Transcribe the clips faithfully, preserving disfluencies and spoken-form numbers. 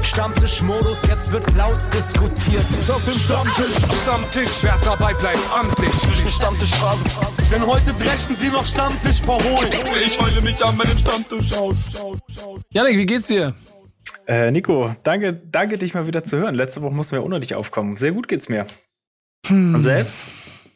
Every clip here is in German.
Stammtischmodus, jetzt wird laut diskutiert. Auf dem Stammtisch, Stammtisch, wer dabei bleibt, amtlich. Stammtisch Phase. Denn heute dreschen sie noch Stammtisch verholen. Ich heule mich an meinem Stammtisch aus. Janik, wie geht's dir? Äh, Nico, danke, danke dich mal wieder zu hören. Letzte Woche mussten wir ohne dich aufkommen. Sehr gut geht's mir. Hm. Und selbst?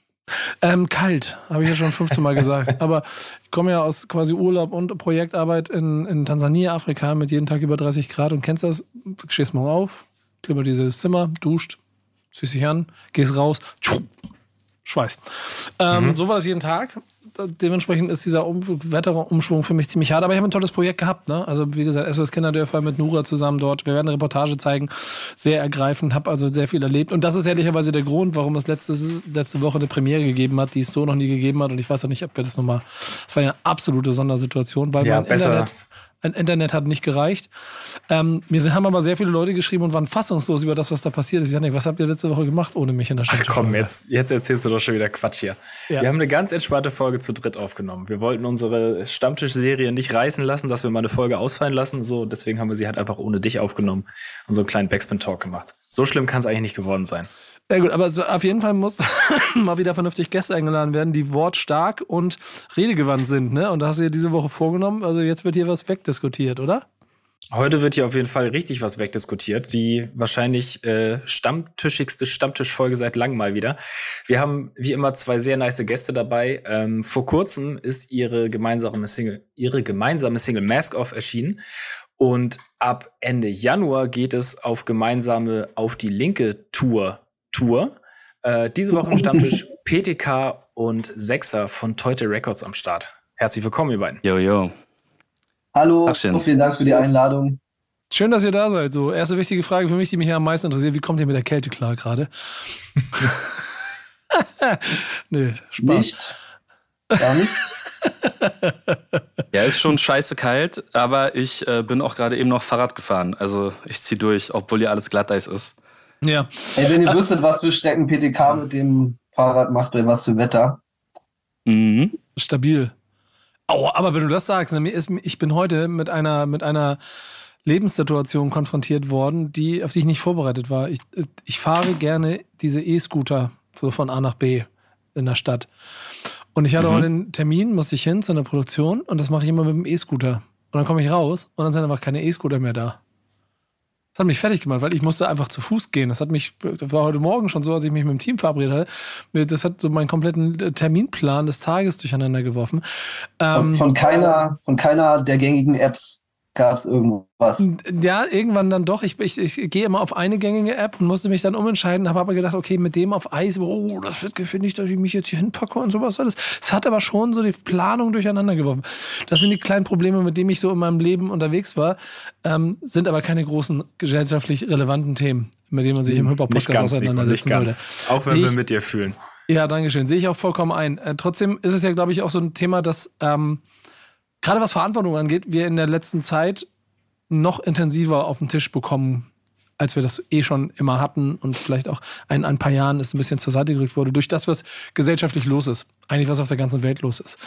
Ähm, kalt, habe ich ja schon fünfzehn Mal gesagt. Aber ich komme ja aus quasi Urlaub und Projektarbeit in, in Tansania, Afrika, mit jeden Tag über dreißig Grad. Und kennst das? Du stehst morgen auf, klimmert dieses Zimmer, duscht, ziehst dich an, gehst raus, tschuh, Schweiß. Ähm, mhm. So war das jeden Tag. Dementsprechend ist dieser um- Wetterumschwung für mich ziemlich hart. Aber ich habe ein tolles Projekt gehabt. Ne? Also wie gesagt, S O S Kinderdörfer mit Nura zusammen dort. Wir werden eine Reportage zeigen. Sehr ergreifend. Habe also sehr viel erlebt. Und das ist ehrlicherweise der Grund, warum es letzte, letzte Woche eine Premiere gegeben hat, die es so noch nie gegeben hat. Und ich weiß auch nicht, ob wir das nochmal... Das war ja eine absolute Sondersituation, weil ja, mein besser. Internet... Ein Internet hat nicht gereicht. Ähm, mir haben aber sehr viele Leute geschrieben und waren fassungslos über das, was da passiert ist. Ich dachte, was habt ihr letzte Woche gemacht ohne mich in der Stadt? Ach komm, jetzt, jetzt erzählst du doch schon wieder Quatsch hier. Ja. Wir haben eine ganz entspannte Folge zu dritt aufgenommen. Wir wollten unsere Stammtischserie nicht reißen lassen, dass wir mal eine Folge ausfallen lassen. So, deswegen haben wir sie halt einfach ohne dich aufgenommen und so einen kleinen Backspin-Talk gemacht. So schlimm kann es eigentlich nicht geworden sein. Ja gut, aber so auf jeden Fall muss mal wieder vernünftig Gäste eingeladen werden, die wortstark und redegewandt sind, ne? Und da hast du dir diese Woche vorgenommen, also jetzt wird hier was wegdiskutiert, oder? Heute wird hier auf jeden Fall richtig was wegdiskutiert. Die wahrscheinlich äh, stammtischigste Stammtischfolge seit langem mal wieder. Wir haben wie immer zwei sehr nice Gäste dabei. Ähm, vor kurzem ist ihre gemeinsame Single, ihre gemeinsame Single Mask Off erschienen. Und ab Ende Januar geht es auf gemeinsame Auf die Linke Tour. Tour. Äh, diese Woche im Stammtisch P T K und Sechser von Teute Records am Start. Herzlich willkommen, ihr beiden. Jo, jo. Hallo, oh, vielen Dank für die Einladung. Schön, dass ihr da seid. So, erste wichtige Frage für mich, die mich ja am meisten interessiert. Wie kommt ihr mit der Kälte klar gerade? Nö, Spaß. Nicht? Gar nicht? Ja, ist schon scheiße kalt, aber ich äh, bin auch gerade eben noch Fahrrad gefahren. Also ich zieh durch, obwohl hier alles Glatteis ist. Ja. Ey, wenn ihr wüsstet, was für Strecken P T K mit dem Fahrrad macht, bei was für Wetter. Mhm. Stabil. Oh, aber wenn du das sagst, ne, mir ist, ich bin heute mit einer, mit einer Lebenssituation konfrontiert worden, die, auf die ich nicht vorbereitet war. Ich, ich fahre gerne diese E-Scooter so von A nach B in der Stadt. Und ich hatte mhm. heute einen Termin, musste ich hin zu einer Produktion und das mache ich immer mit dem E-Scooter. Und dann komme ich raus und dann sind einfach keine E-Scooter mehr da. Das hat mich fertig gemacht, weil ich musste einfach zu Fuß gehen. Das hat mich, das war heute Morgen schon so, als ich mich mit dem Team verabredet hatte. Das hat so meinen kompletten Terminplan des Tages durcheinander geworfen. Ähm, von keiner, von keiner der gängigen Apps gab es irgendwas. Ja, irgendwann dann doch. Ich, ich, ich gehe immer auf eine gängige App und musste mich dann umentscheiden, habe aber gedacht, okay, mit dem auf Eis, oh, das wird gefährlich, dass ich mich jetzt hier hinpacke und sowas. Es hat aber schon so die Planung durcheinander geworfen. Das sind die kleinen Probleme, mit denen ich so in meinem Leben unterwegs war, ähm, sind aber keine großen gesellschaftlich relevanten Themen, mit denen man sich im Hip-Hop-Podcast auseinandersetzen sollte. Auch wenn wir mit dir fühlen. Ja, danke schön. Sehe ich auch vollkommen ein. Äh, trotzdem ist es ja, glaube ich, auch so ein Thema, das ähm, gerade was Verantwortung angeht, wir in der letzten Zeit noch intensiver auf den Tisch bekommen, als wir das eh schon immer hatten und vielleicht auch in ein paar Jahren ist ein bisschen zur Seite gerückt wurde, durch das, was gesellschaftlich los ist. Eigentlich, was auf der ganzen Welt los ist.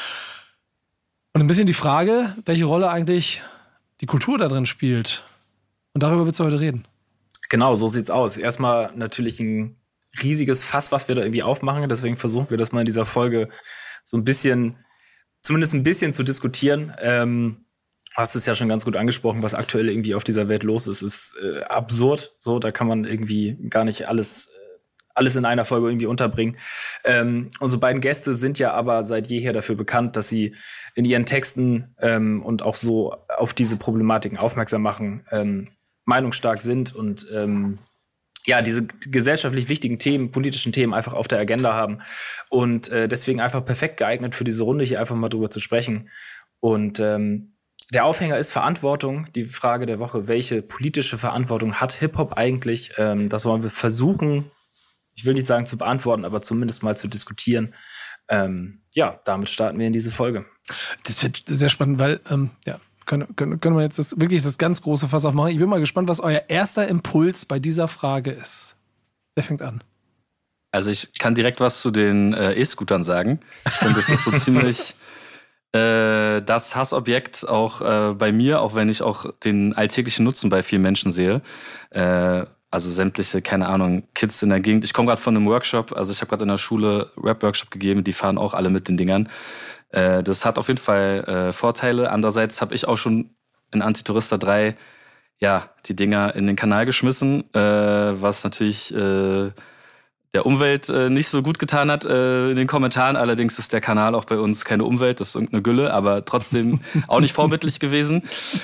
Und ein bisschen die Frage, welche Rolle eigentlich die Kultur da drin spielt. Und darüber willst du heute reden. Genau, so sieht's aus. Erstmal natürlich ein riesiges Fass, was wir da irgendwie aufmachen. Deswegen versuchen wir das mal in dieser Folge so ein bisschen zumindest ein bisschen zu diskutieren. Ähm, hast es ja schon ganz gut angesprochen, was aktuell irgendwie auf dieser Welt los ist, ist äh, absurd. So, da kann man irgendwie gar nicht alles, äh, alles in einer Folge irgendwie unterbringen. Ähm, unsere beiden Gäste sind ja aber seit jeher dafür bekannt, dass sie in ihren Texten ähm, und auch so auf diese Problematiken aufmerksam machen, ähm, meinungsstark sind und ähm, ja, diese gesellschaftlich wichtigen Themen, politischen Themen einfach auf der Agenda haben und äh, deswegen einfach perfekt geeignet für diese Runde hier einfach mal drüber zu sprechen. Und ähm, der Aufhänger ist Verantwortung, die Frage der Woche, welche politische Verantwortung hat Hip-Hop eigentlich? Ähm, das wollen wir versuchen, ich will nicht sagen zu beantworten, aber zumindest mal zu diskutieren. Ähm, ja, damit starten wir in diese Folge. Das wird sehr spannend, weil, ähm, ja, Können, können, können wir jetzt das, wirklich das ganz große Fass aufmachen? Ich bin mal gespannt, was euer erster Impuls bei dieser Frage ist. Wer fängt an? Also ich kann direkt was zu den äh, E-Scootern sagen. Ich finde, das ist so ziemlich äh, das Hassobjekt auch äh, bei mir, auch wenn ich auch den alltäglichen Nutzen bei vielen Menschen sehe. Äh, also sämtliche, keine Ahnung, Kids in der Gegend. Ich komme gerade von einem Workshop, also ich habe gerade in der Schule Rap-Workshop gegeben, die fahren auch alle mit den Dingern. Äh, das hat auf jeden Fall äh, Vorteile. Andererseits habe ich auch schon in Antitourista drei ja, die Dinger in den Kanal geschmissen, äh, was natürlich äh, der Umwelt äh, nicht so gut getan hat äh, in den Kommentaren. Allerdings ist der Kanal auch bei uns keine Umwelt, das ist irgendeine Gülle, aber trotzdem auch nicht vorbildlich gewesen.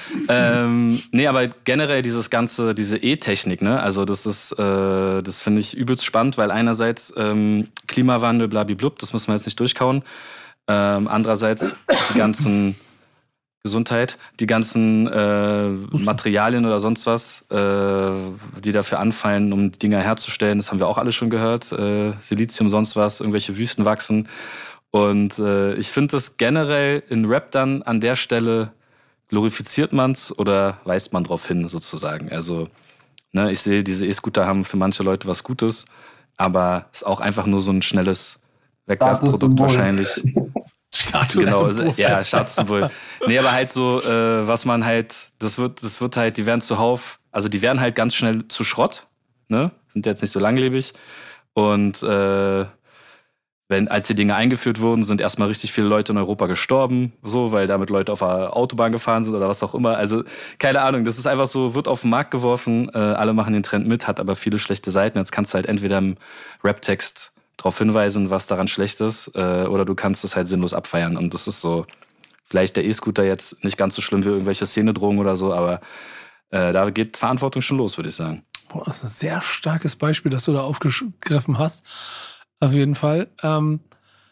Ähm, nee, aber generell dieses ganze, diese E-Technik, ne, also das ist, äh, das finde ich übelst spannend, weil einerseits ähm, Klimawandel, blablablub, das müssen wir jetzt nicht durchkauen. Ähm, andererseits die ganzen Gesundheit, die ganzen äh, Materialien oder sonst was, äh, die dafür anfallen, um die Dinger herzustellen, das haben wir auch alle schon gehört. Äh, Silizium, sonst was, irgendwelche Wüsten wachsen. Und äh, ich finde das generell in Rap dann an der Stelle, glorifiziert man's oder weist man drauf hin, sozusagen. Also, ne, ich sehe, diese E-Scooter haben für manche Leute was Gutes, aber ist auch einfach nur so ein schnelles Wegwerfprodukt wahrscheinlich. Status. Genau, also, ja, Statussymbol. Nee, aber halt so, äh, was man halt, das wird, das wird halt, die werden zuhauf, also die werden halt ganz schnell zu Schrott, ne? Sind jetzt nicht so langlebig. Und äh, wenn, als die Dinge eingeführt wurden, sind erstmal richtig viele Leute in Europa gestorben, so, weil damit Leute auf der Autobahn gefahren sind oder was auch immer. Also, keine Ahnung, das ist einfach so, wird auf den Markt geworfen, äh, alle machen den Trend mit, hat aber viele schlechte Seiten. Jetzt kannst du halt entweder im Rap-Text darauf hinweisen, was daran schlecht ist, äh, oder du kannst es halt sinnlos abfeiern. Und das ist so, vielleicht der E-Scooter jetzt nicht ganz so schlimm wie irgendwelche Szenedrohungen oder so, aber äh, da geht Verantwortung schon los, würde ich sagen. Boah, das ist ein sehr starkes Beispiel, das du da aufgegriffen hast. Auf jeden Fall. Ähm,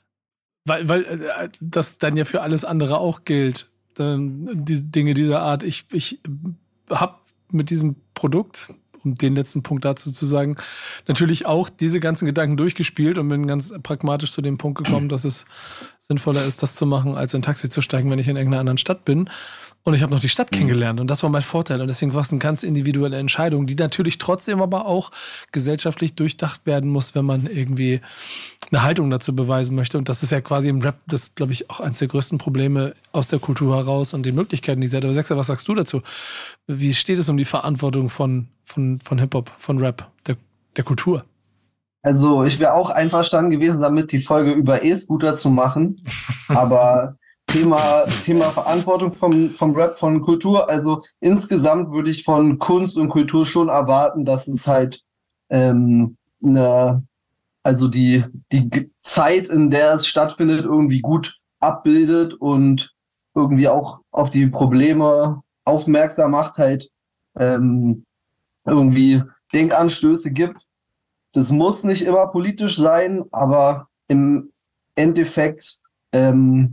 weil weil äh, das dann ja für alles andere auch gilt. Ähm, die Dinge dieser Art. Ich, ich habe mit diesem Produkt, um den letzten Punkt dazu zu sagen, natürlich auch diese ganzen Gedanken durchgespielt und bin ganz pragmatisch zu dem Punkt gekommen, dass es sinnvoller ist, das zu machen, als in ein Taxi zu steigen, wenn ich in irgendeiner anderen Stadt bin. Und ich habe noch die Stadt kennengelernt und das war mein Vorteil. Und deswegen war es eine ganz individuelle Entscheidung, die natürlich trotzdem aber auch gesellschaftlich durchdacht werden muss, wenn man irgendwie eine Haltung dazu beweisen möchte. Und das ist ja quasi im Rap, das glaube ich auch eines der größten Probleme aus der Kultur heraus und die Möglichkeiten, die sie hat. Aber Sechser, was sagst du dazu? Wie steht es um die Verantwortung von, von, von Hip-Hop, von Rap, der, der Kultur? Also ich wäre auch einverstanden gewesen, damit die Folge über E-Scooter zu machen, aber Thema, Thema Verantwortung vom, vom Rap, von Kultur. Also insgesamt würde ich von Kunst und Kultur schon erwarten, dass es halt ähm, eine, also die, die Zeit, in der es stattfindet, irgendwie gut abbildet und irgendwie auch auf die Probleme aufmerksam macht, halt ähm, irgendwie Denkanstöße gibt. Das muss nicht immer politisch sein, aber im Endeffekt ähm,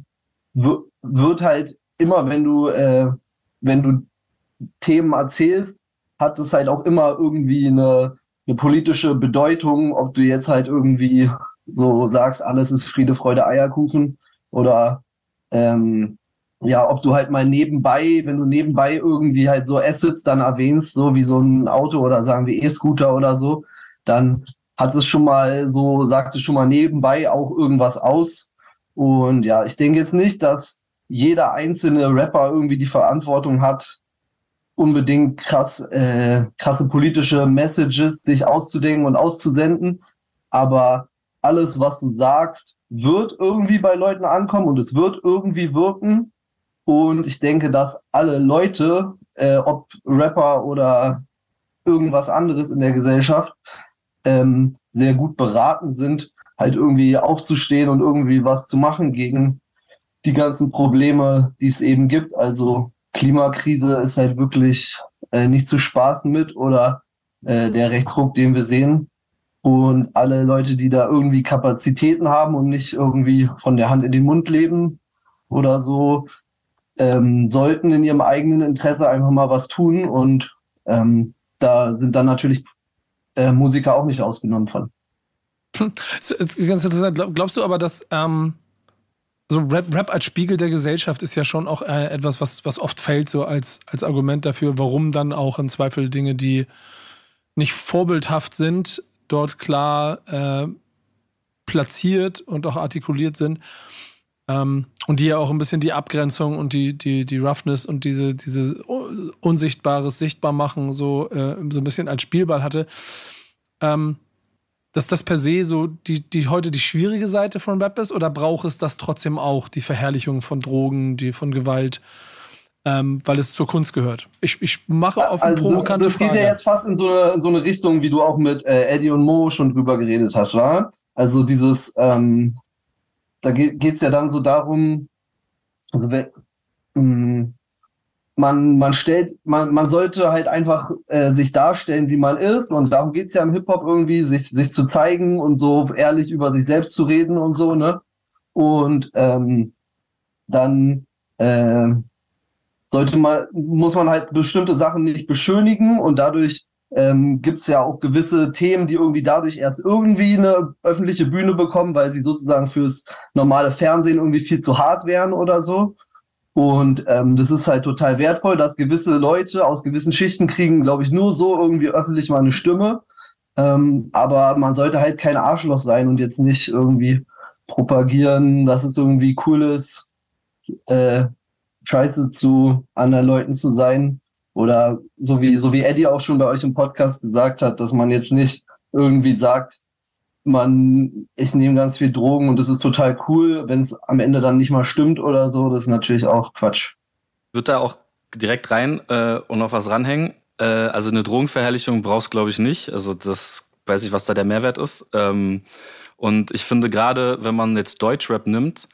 wird halt immer, wenn du, äh, wenn du Themen erzählst, hat es halt auch immer irgendwie eine, eine politische Bedeutung, ob du jetzt halt irgendwie so sagst, alles ist Friede, Freude, Eierkuchen oder ähm, ja, ob du halt mal nebenbei, wenn du nebenbei irgendwie halt so Assets dann erwähnst, so wie so ein Auto oder sagen wir E-Scooter oder so, dann hat es schon mal so, sagt es schon mal nebenbei auch irgendwas aus. Und ja, ich denke jetzt nicht, dass jeder einzelne Rapper irgendwie die Verantwortung hat, unbedingt krass, äh, krasse politische Messages sich auszudenken und auszusenden. Aber alles, was du sagst, wird irgendwie bei Leuten ankommen und es wird irgendwie wirken. Und ich denke, dass alle Leute, äh, ob Rapper oder irgendwas anderes in der Gesellschaft, ähm, sehr gut beraten sind, halt irgendwie aufzustehen und irgendwie was zu machen gegen die ganzen Probleme, die es eben gibt. Also Klimakrise ist halt wirklich äh, nicht zu spaßen mit oder äh, der Rechtsruck, den wir sehen. Und alle Leute, die da irgendwie Kapazitäten haben und nicht irgendwie von der Hand in den Mund leben oder so, ähm, sollten in ihrem eigenen Interesse einfach mal was tun. Und ähm, da sind dann natürlich äh, Musiker auch nicht ausgenommen von. Ganz interessant. Glaubst du aber, dass ähm, so Rap, Rap als Spiegel der Gesellschaft ist ja schon auch äh, etwas, was, was oft fällt, so als, als Argument dafür, warum dann auch im Zweifel Dinge, die nicht vorbildhaft sind, dort klar äh, platziert und auch artikuliert sind. Ähm, und die ja auch ein bisschen die Abgrenzung und die, die, die Roughness und diese, diese Unsichtbares sichtbar machen so, äh, so ein bisschen als Spielball hatte. Ähm, dass das per se so die, die heute die schwierige Seite von Rap ist, oder braucht es das trotzdem auch, die Verherrlichung von Drogen, die von Gewalt, ähm, weil es zur Kunst gehört? Ich, ich mache auf eine also provokante das, das geht Frage. ja jetzt fast in so eine, in so eine Richtung, wie du auch mit äh, Eddie und Mo schon drüber geredet hast, wa? Also dieses, ähm, da geht es ja dann so darum, also wer, mh, man, man stellt, man, man sollte halt einfach äh, sich darstellen, wie man ist, und darum geht's ja im Hip-Hop irgendwie, sich, sich zu zeigen und so ehrlich über sich selbst zu reden und so, ne? Und ähm, dann äh, sollte man, muss man halt bestimmte Sachen nicht beschönigen, und dadurch ähm, gibt's ja auch gewisse Themen, die irgendwie dadurch erst irgendwie eine öffentliche Bühne bekommen, weil sie sozusagen fürs normale Fernsehen irgendwie viel zu hart wären oder so. Und ähm, das ist halt total wertvoll, dass gewisse Leute aus gewissen Schichten kriegen, glaube ich, nur so irgendwie öffentlich mal eine Stimme. Ähm, aber man sollte halt kein Arschloch sein und jetzt nicht irgendwie propagieren, dass es irgendwie cool ist, äh, scheiße zu anderen Leuten zu sein. Oder so wie, so wie Eddie auch schon bei euch im Podcast gesagt hat, dass man jetzt nicht irgendwie sagt, man, ich nehme ganz viel Drogen und das ist total cool, wenn es am Ende dann nicht mal stimmt oder so, das ist natürlich auch Quatsch. Wird da auch direkt rein äh, und noch was ranhängen. Äh, also eine Drogenverherrlichung brauchst du, glaube ich, nicht. Also das weiß ich, was da der Mehrwert ist. Ähm, und ich finde gerade, wenn man jetzt Deutschrap nimmt,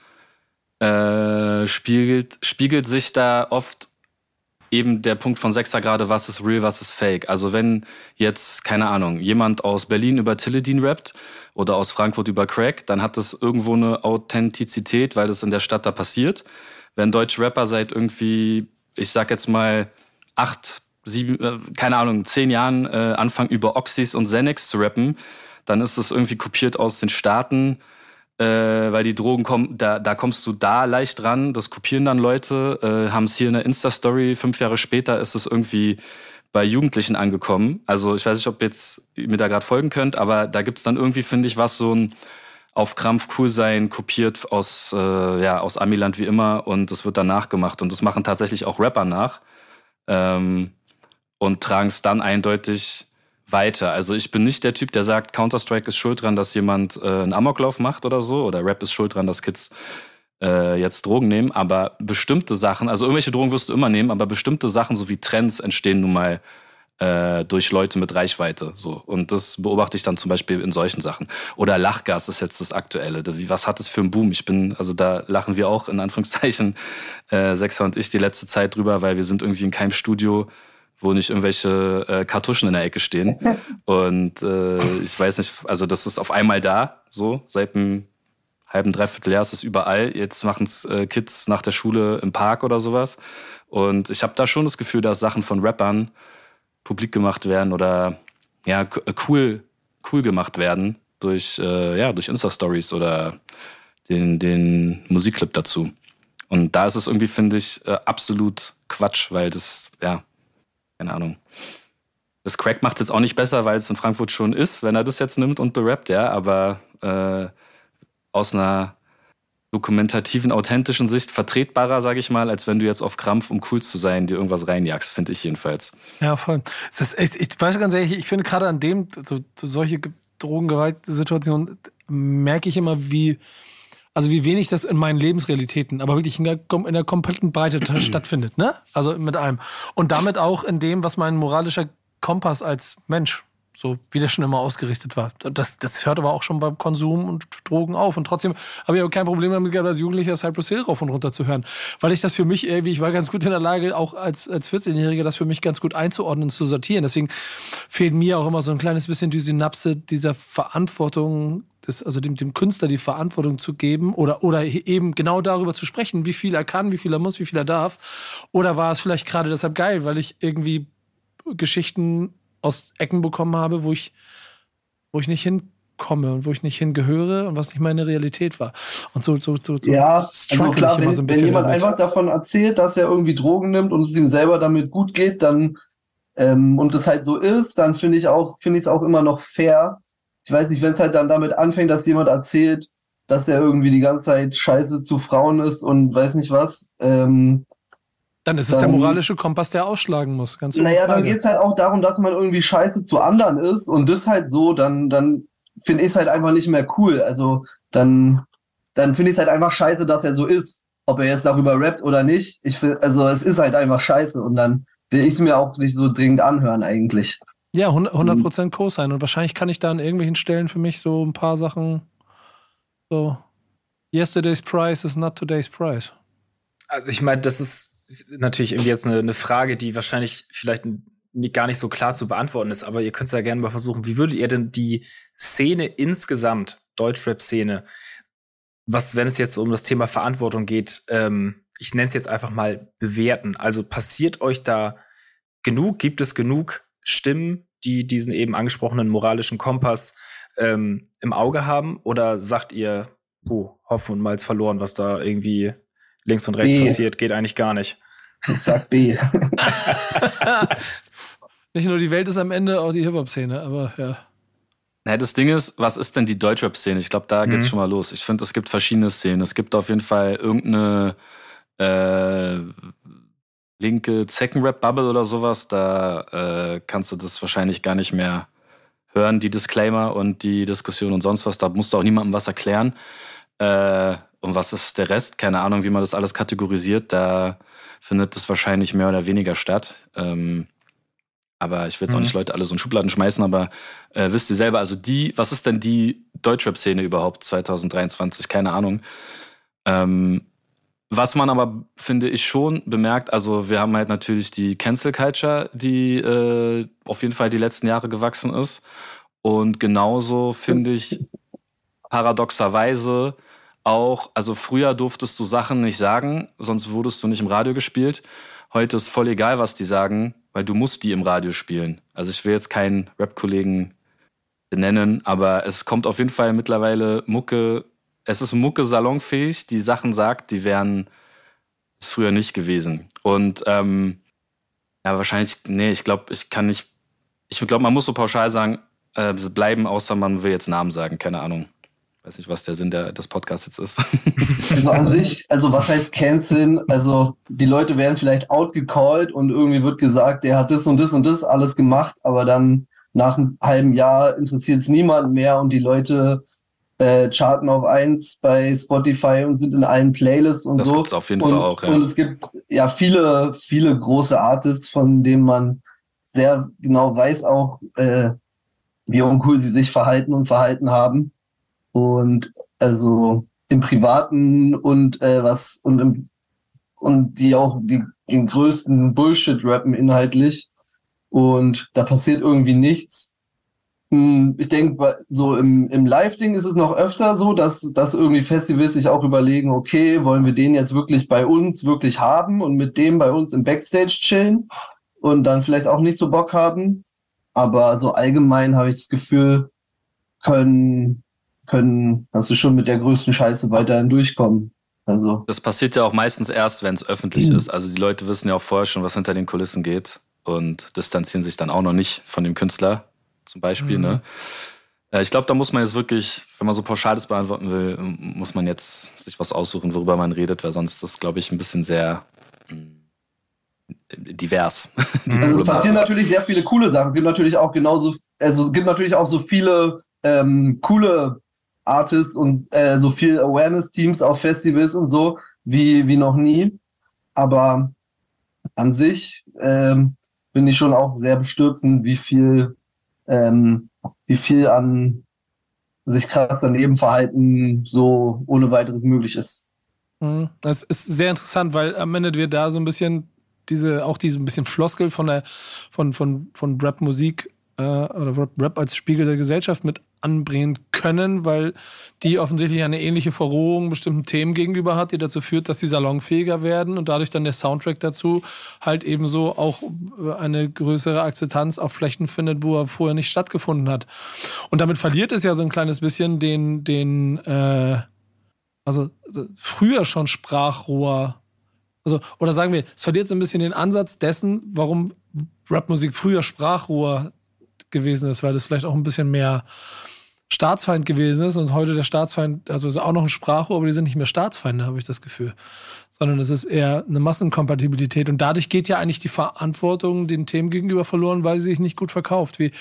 äh, spiegelt, spiegelt sich da oft eben der Punkt von Sechser gerade, was ist real, was ist fake. Also wenn jetzt, keine Ahnung, jemand aus Berlin über Tilledin rappt oder aus Frankfurt über Crack, dann hat das irgendwo eine Authentizität, weil das in der Stadt da passiert. Wenn deutsche Rapper seit irgendwie, ich sag jetzt mal, acht, sieben, äh, keine Ahnung, zehn Jahren äh, anfangen über Oxys und Xanax zu rappen, dann ist das irgendwie kopiert aus den Staaten, Äh, weil die Drogen kommen, da, da kommst du da leicht ran, das kopieren dann Leute, äh, haben es hier in der Insta-Story, fünf Jahre später ist es irgendwie bei Jugendlichen angekommen. Also ich weiß nicht, ob jetzt ihr mir da gerade folgen könnt, aber da gibt's dann irgendwie, finde ich, was so ein auf Krampf cool sein, kopiert aus, äh, ja, aus Amiland wie immer, und das wird dann nachgemacht, und das machen tatsächlich auch Rapper nach ähm, und tragen es dann eindeutig weiter. Also ich bin nicht der Typ, der sagt, Counter-Strike ist schuld dran, dass jemand äh, einen Amoklauf macht oder so, oder Rap ist schuld dran, dass Kids äh, jetzt Drogen nehmen, aber bestimmte Sachen, also irgendwelche Drogen wirst du immer nehmen, aber bestimmte Sachen, so wie Trends, entstehen nun mal äh, durch Leute mit Reichweite. So. Und das beobachte ich dann zum Beispiel in solchen Sachen. Oder Lachgas ist jetzt das Aktuelle. Wie, was hat es für einen Boom? Ich bin, also da lachen wir auch in Anführungszeichen, äh, Sechser und ich, die letzte Zeit drüber, weil wir sind irgendwie in keinem Studio, wo nicht irgendwelche äh, Kartuschen in der Ecke stehen. Und äh, ich weiß nicht, also das ist auf einmal da, so, seit einem halben, dreiviertel Jahr ist es überall. Jetzt machen es äh, Kids nach der Schule im Park oder sowas. Und ich habe da schon das Gefühl, dass Sachen von Rappern publik gemacht werden oder ja, cool, cool gemacht werden durch, äh, ja, durch Insta-Stories oder den, den Musikclip dazu. Und da ist es irgendwie, finde ich, äh, absolut Quatsch, weil das, ja, keine Ahnung. Das Crack macht es jetzt auch nicht besser, weil es in Frankfurt schon ist, wenn er das jetzt nimmt und berappt, ja, aber äh, aus einer dokumentativen, authentischen Sicht vertretbarer, sage ich mal, als wenn du jetzt auf Krampf, um cool zu sein, dir irgendwas reinjagst, finde ich jedenfalls. Ja, voll. Das ist, ich weiß ganz ehrlich, ich finde gerade an dem, so, so solche Drogengewaltsituationen, merke ich immer, wie Also wie wenig das in meinen Lebensrealitäten, aber wirklich in der, in der kompletten Breite stattfindet, ne? Also mit allem. Und damit auch in dem, was mein moralischer Kompass als Mensch, so wie der schon immer ausgerichtet war. Das, das hört aber auch schon beim Konsum und Drogen auf. Und trotzdem habe ich aber kein Problem damit gehabt, als Jugendlicher Cypress Hill rauf und runter zu hören. Weil ich das für mich irgendwie, ich war ganz gut in der Lage, auch als, als vierzehnjähriger, das für mich ganz gut einzuordnen und zu sortieren. Deswegen fehlt mir auch immer so ein kleines bisschen die Synapse dieser Verantwortung, des, also dem, dem Künstler die Verantwortung zu geben oder, oder eben genau darüber zu sprechen, wie viel er kann, wie viel er muss, wie viel er darf. Oder war es vielleicht gerade deshalb geil, weil ich irgendwie Geschichten aus Ecken bekommen habe, wo ich, wo ich nicht hinkomme und wo ich nicht hingehöre und was nicht meine Realität war. Und so, so, so, so ja, also klar, wenn, so ein wenn jemand damit. einfach davon erzählt, dass er irgendwie Drogen nimmt und es ihm selber damit gut geht, dann ähm, und es halt so ist, dann finde ich auch, finde ich es auch immer noch fair. Ich weiß nicht, wenn es halt dann damit anfängt, dass jemand erzählt, dass er irgendwie die ganze Zeit scheiße zu Frauen ist und weiß nicht was, ähm, Dann ist es dann, der moralische Kompass, der ausschlagen muss. Ganz ohne naja, dann Frage. geht's halt auch darum, dass man irgendwie scheiße zu anderen ist und das halt so, dann, dann finde ich es halt einfach nicht mehr cool. Also dann, dann finde ich es halt einfach scheiße, dass er so ist. Ob er jetzt darüber rappt oder nicht. Ich find, also es ist halt einfach scheiße und dann will ich es mir auch nicht so dringend anhören eigentlich. Ja, hundert Prozent Co-Sign. Und wahrscheinlich kann ich da an irgendwelchen Stellen für mich so ein paar Sachen so yesterday's price is not today's price. Also ich meine, das ist natürlich irgendwie jetzt eine, eine Frage, die wahrscheinlich vielleicht nicht, gar nicht so klar zu beantworten ist, aber ihr könnt es ja gerne mal versuchen. Wie würdet ihr denn die Szene insgesamt, Deutschrap-Szene, was, wenn es jetzt um das Thema Verantwortung geht, ähm, ich nenne es jetzt einfach mal bewerten. Also passiert euch da genug? Gibt es genug Stimmen, die diesen eben angesprochenen moralischen Kompass ähm, im Auge haben? Oder sagt ihr, puh, Hopfen und Malz verloren, was da irgendwie links und rechts B. passiert, geht eigentlich gar nicht? Ich sag B. Nicht nur die Welt ist am Ende, auch die Hip-Hop-Szene, aber ja. Ja, das Ding ist, was ist denn die Deutschrap-Szene? Ich glaube, da geht's Mhm. schon mal los. Ich finde, es gibt verschiedene Szenen. Es gibt auf jeden Fall irgendeine äh, linke Zeckenrap-Bubble oder sowas. Da äh, kannst du das wahrscheinlich gar nicht mehr hören, die Disclaimer und die Diskussion und sonst was. Da musst du auch niemandem was erklären. Äh, und was ist der Rest? Keine Ahnung, wie man das alles kategorisiert. Da findet das wahrscheinlich mehr oder weniger statt. Ähm, aber ich will jetzt auch Mhm. nicht Leute alle so in Schubladen schmeißen, aber äh, wisst ihr selber, also die, was ist denn die Deutschrap-Szene überhaupt zwanzig dreiundzwanzig? Keine Ahnung. Ähm, was man aber, finde ich, schon bemerkt, also wir haben halt natürlich die Cancel Culture, die äh, auf jeden Fall die letzten Jahre gewachsen ist. Und genauso finde ich paradoxerweise auch, also früher durftest du Sachen nicht sagen, sonst wurdest du nicht im Radio gespielt. Heute ist voll egal, was die sagen, weil du musst die im Radio spielen. Also ich will jetzt keinen Rap-Kollegen benennen, aber es kommt auf jeden Fall mittlerweile Mucke, es ist Mucke salonfähig, die Sachen sagt, die wären es früher nicht gewesen. Und ähm, ja, wahrscheinlich, nee, ich glaube, ich kann nicht, ich glaube, man muss so pauschal sagen, äh, bleiben, außer man will jetzt Namen sagen, keine Ahnung. Weiß nicht, was der Sinn der, des Podcasts jetzt ist. Also an sich, also was heißt canceln? Also die Leute werden vielleicht outgecallt und irgendwie wird gesagt, der hat das und das und das alles gemacht, aber dann nach einem halben Jahr interessiert es niemanden mehr und die Leute äh, charten auf eins bei Spotify und sind in allen Playlists und Das so. gibt's auf jeden und, Fall auch, ja. Und es gibt ja viele, viele große Artists, von denen man sehr genau weiß auch, äh, wie uncool sie sich verhalten und verhalten haben. Und also im Privaten und äh, was und im, und die auch die, den größten Bullshit rappen inhaltlich und da passiert irgendwie nichts. Hm, Ich denke, so im, im Live-Ding ist es noch öfter so, dass, dass irgendwie Festivals sich auch überlegen, okay, wollen wir den jetzt wirklich bei uns wirklich haben und mit dem bei uns im Backstage chillen und dann vielleicht auch nicht so Bock haben. Aber so allgemein habe ich das Gefühl, können können, dass wir schon mit der größten Scheiße weiterhin durchkommen. Also. Das passiert ja auch meistens erst, wenn es öffentlich Mhm. ist. Also die Leute wissen ja auch vorher schon, was hinter den Kulissen geht und distanzieren sich dann auch noch nicht von dem Künstler, zum Beispiel. Mhm. Ne? Äh, ich glaube, da muss man jetzt wirklich, wenn man so Pauschales beantworten will, muss man jetzt sich was aussuchen, worüber man redet, weil sonst ist das, glaube ich, ein bisschen sehr mh, divers. Die Also es Problematik. passieren natürlich sehr viele coole Sachen. Es gibt natürlich auch genauso, also es gibt natürlich auch so viele ähm, coole Artists und äh, so viel Awareness-Teams auf Festivals und so, wie, wie noch nie. Aber an sich ähm, bin ich schon auch sehr bestürzend, wie viel, ähm, wie viel an sich krass daneben verhalten so ohne weiteres möglich ist. Mhm. Das ist sehr interessant, weil am Ende wir da so ein bisschen diese, auch diese ein bisschen Floskel von der, von, von, von Rap-Musik äh, oder Rap, Rap als Spiegel der Gesellschaft mit anbringen können, weil die offensichtlich eine ähnliche Verrohung bestimmten Themen gegenüber hat, die dazu führt, dass sie salonfähiger werden und dadurch dann der Soundtrack dazu halt ebenso auch eine größere Akzeptanz auf Flächen findet, wo er vorher nicht stattgefunden hat. Und damit verliert es ja so ein kleines bisschen den, den äh, also früher schon Sprachrohr, also, oder sagen wir, es verliert so ein bisschen den Ansatz dessen, warum Rapmusik früher Sprachrohr gewesen ist, weil das vielleicht auch ein bisschen mehr Staatsfeind gewesen ist und heute der Staatsfeind, also ist auch noch ein Sprachrohr, aber die sind nicht mehr Staatsfeinde, habe ich das Gefühl. Sondern es ist eher eine Massenkompatibilität. Und dadurch geht ja eigentlich die Verantwortung den Themen gegenüber verloren, weil sie sich nicht gut verkauft. Wie,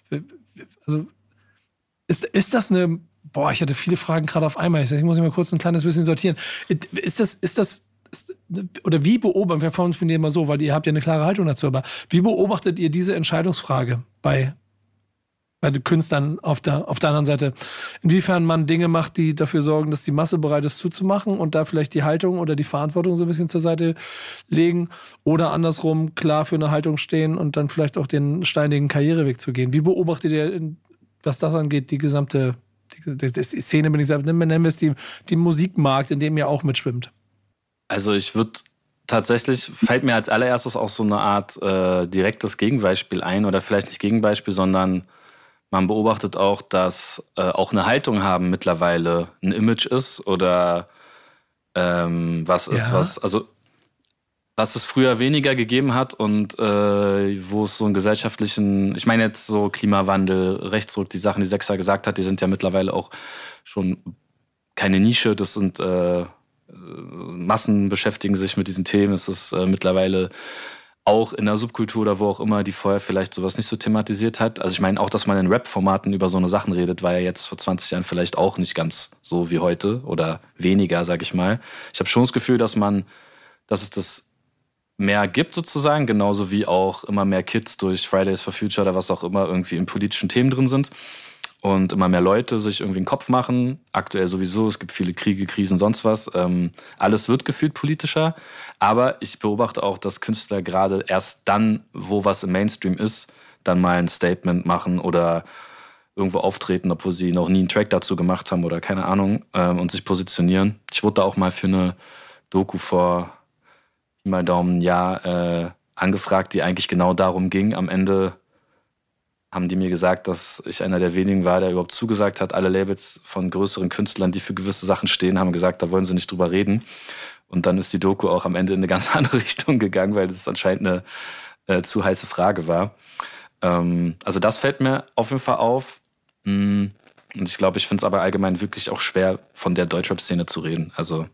also ist, ist das eine, boah, ich hatte viele Fragen gerade auf einmal. Ich muss mich mal kurz ein kleines bisschen sortieren. Ist das, ist das, ist, oder wie beobachtet, wir formulieren mal so, weil ihr habt ja eine klare Haltung dazu, aber wie beobachtet ihr diese Entscheidungsfrage bei bei den Künstlern auf der, auf der anderen Seite? Inwiefern man Dinge macht, die dafür sorgen, dass die Masse bereit ist zuzumachen und da vielleicht die Haltung oder die Verantwortung so ein bisschen zur Seite legen oder andersrum klar für eine Haltung stehen und dann vielleicht auch den steinigen Karriereweg zu gehen. Wie beobachtet ihr, was das angeht, die gesamte die, die, die Szene, wenn ich sage, nennen wir es die, die Musikmarkt, in dem ihr auch mitschwimmt? Also ich würde tatsächlich, fällt mir als allererstes auch so eine Art äh, direktes Gegenbeispiel ein oder vielleicht nicht Gegenbeispiel, sondern man beobachtet auch, dass äh, auch eine Haltung haben mittlerweile ein Image ist oder ähm, was ist, ja. was, also was es früher weniger gegeben hat und äh, wo es so einen gesellschaftlichen, ich meine jetzt so Klimawandel, Rechtsruck, die Sachen, die Sechser gesagt hat, die sind ja mittlerweile auch schon keine Nische, das sind äh, Massen beschäftigen sich mit diesen Themen, es ist äh, mittlerweile auch in der Subkultur oder wo auch immer, die vorher vielleicht sowas nicht so thematisiert hat. Also ich meine auch, dass man in Rap-Formaten über so eine Sachen redet, war ja jetzt vor zwanzig Jahren vielleicht auch nicht ganz so wie heute oder weniger, sag ich mal. Ich habe schon das Gefühl, dass man, dass es das mehr gibt sozusagen, genauso wie auch immer mehr Kids durch Fridays for Future oder was auch immer irgendwie in politischen Themen drin sind und immer mehr Leute sich irgendwie einen Kopf machen. Aktuell sowieso, es gibt viele Kriege, Krisen, sonst was. Ähm, alles wird gefühlt politischer. Aber ich beobachte auch, dass Künstler gerade erst dann, wo was im Mainstream ist, dann mal ein Statement machen oder irgendwo auftreten, obwohl sie noch nie einen Track dazu gemacht haben oder keine Ahnung, ähm, und sich positionieren. Ich wurde da auch mal für eine Doku vor mal Daumen ein Jahr äh, angefragt, die eigentlich genau darum ging. Am Ende haben die mir gesagt, dass ich einer der wenigen war, der überhaupt zugesagt hat. Alle Labels von größeren Künstlern, die für gewisse Sachen stehen, haben gesagt, da wollen sie nicht drüber reden. Und dann ist die Doku auch am Ende in eine ganz andere Richtung gegangen, weil das anscheinend eine äh, zu heiße Frage war. Ähm, also das fällt mir auf jeden Fall auf. Und ich glaube, ich finde es aber allgemein wirklich auch schwer, von der Deutschrap-Szene zu reden. Also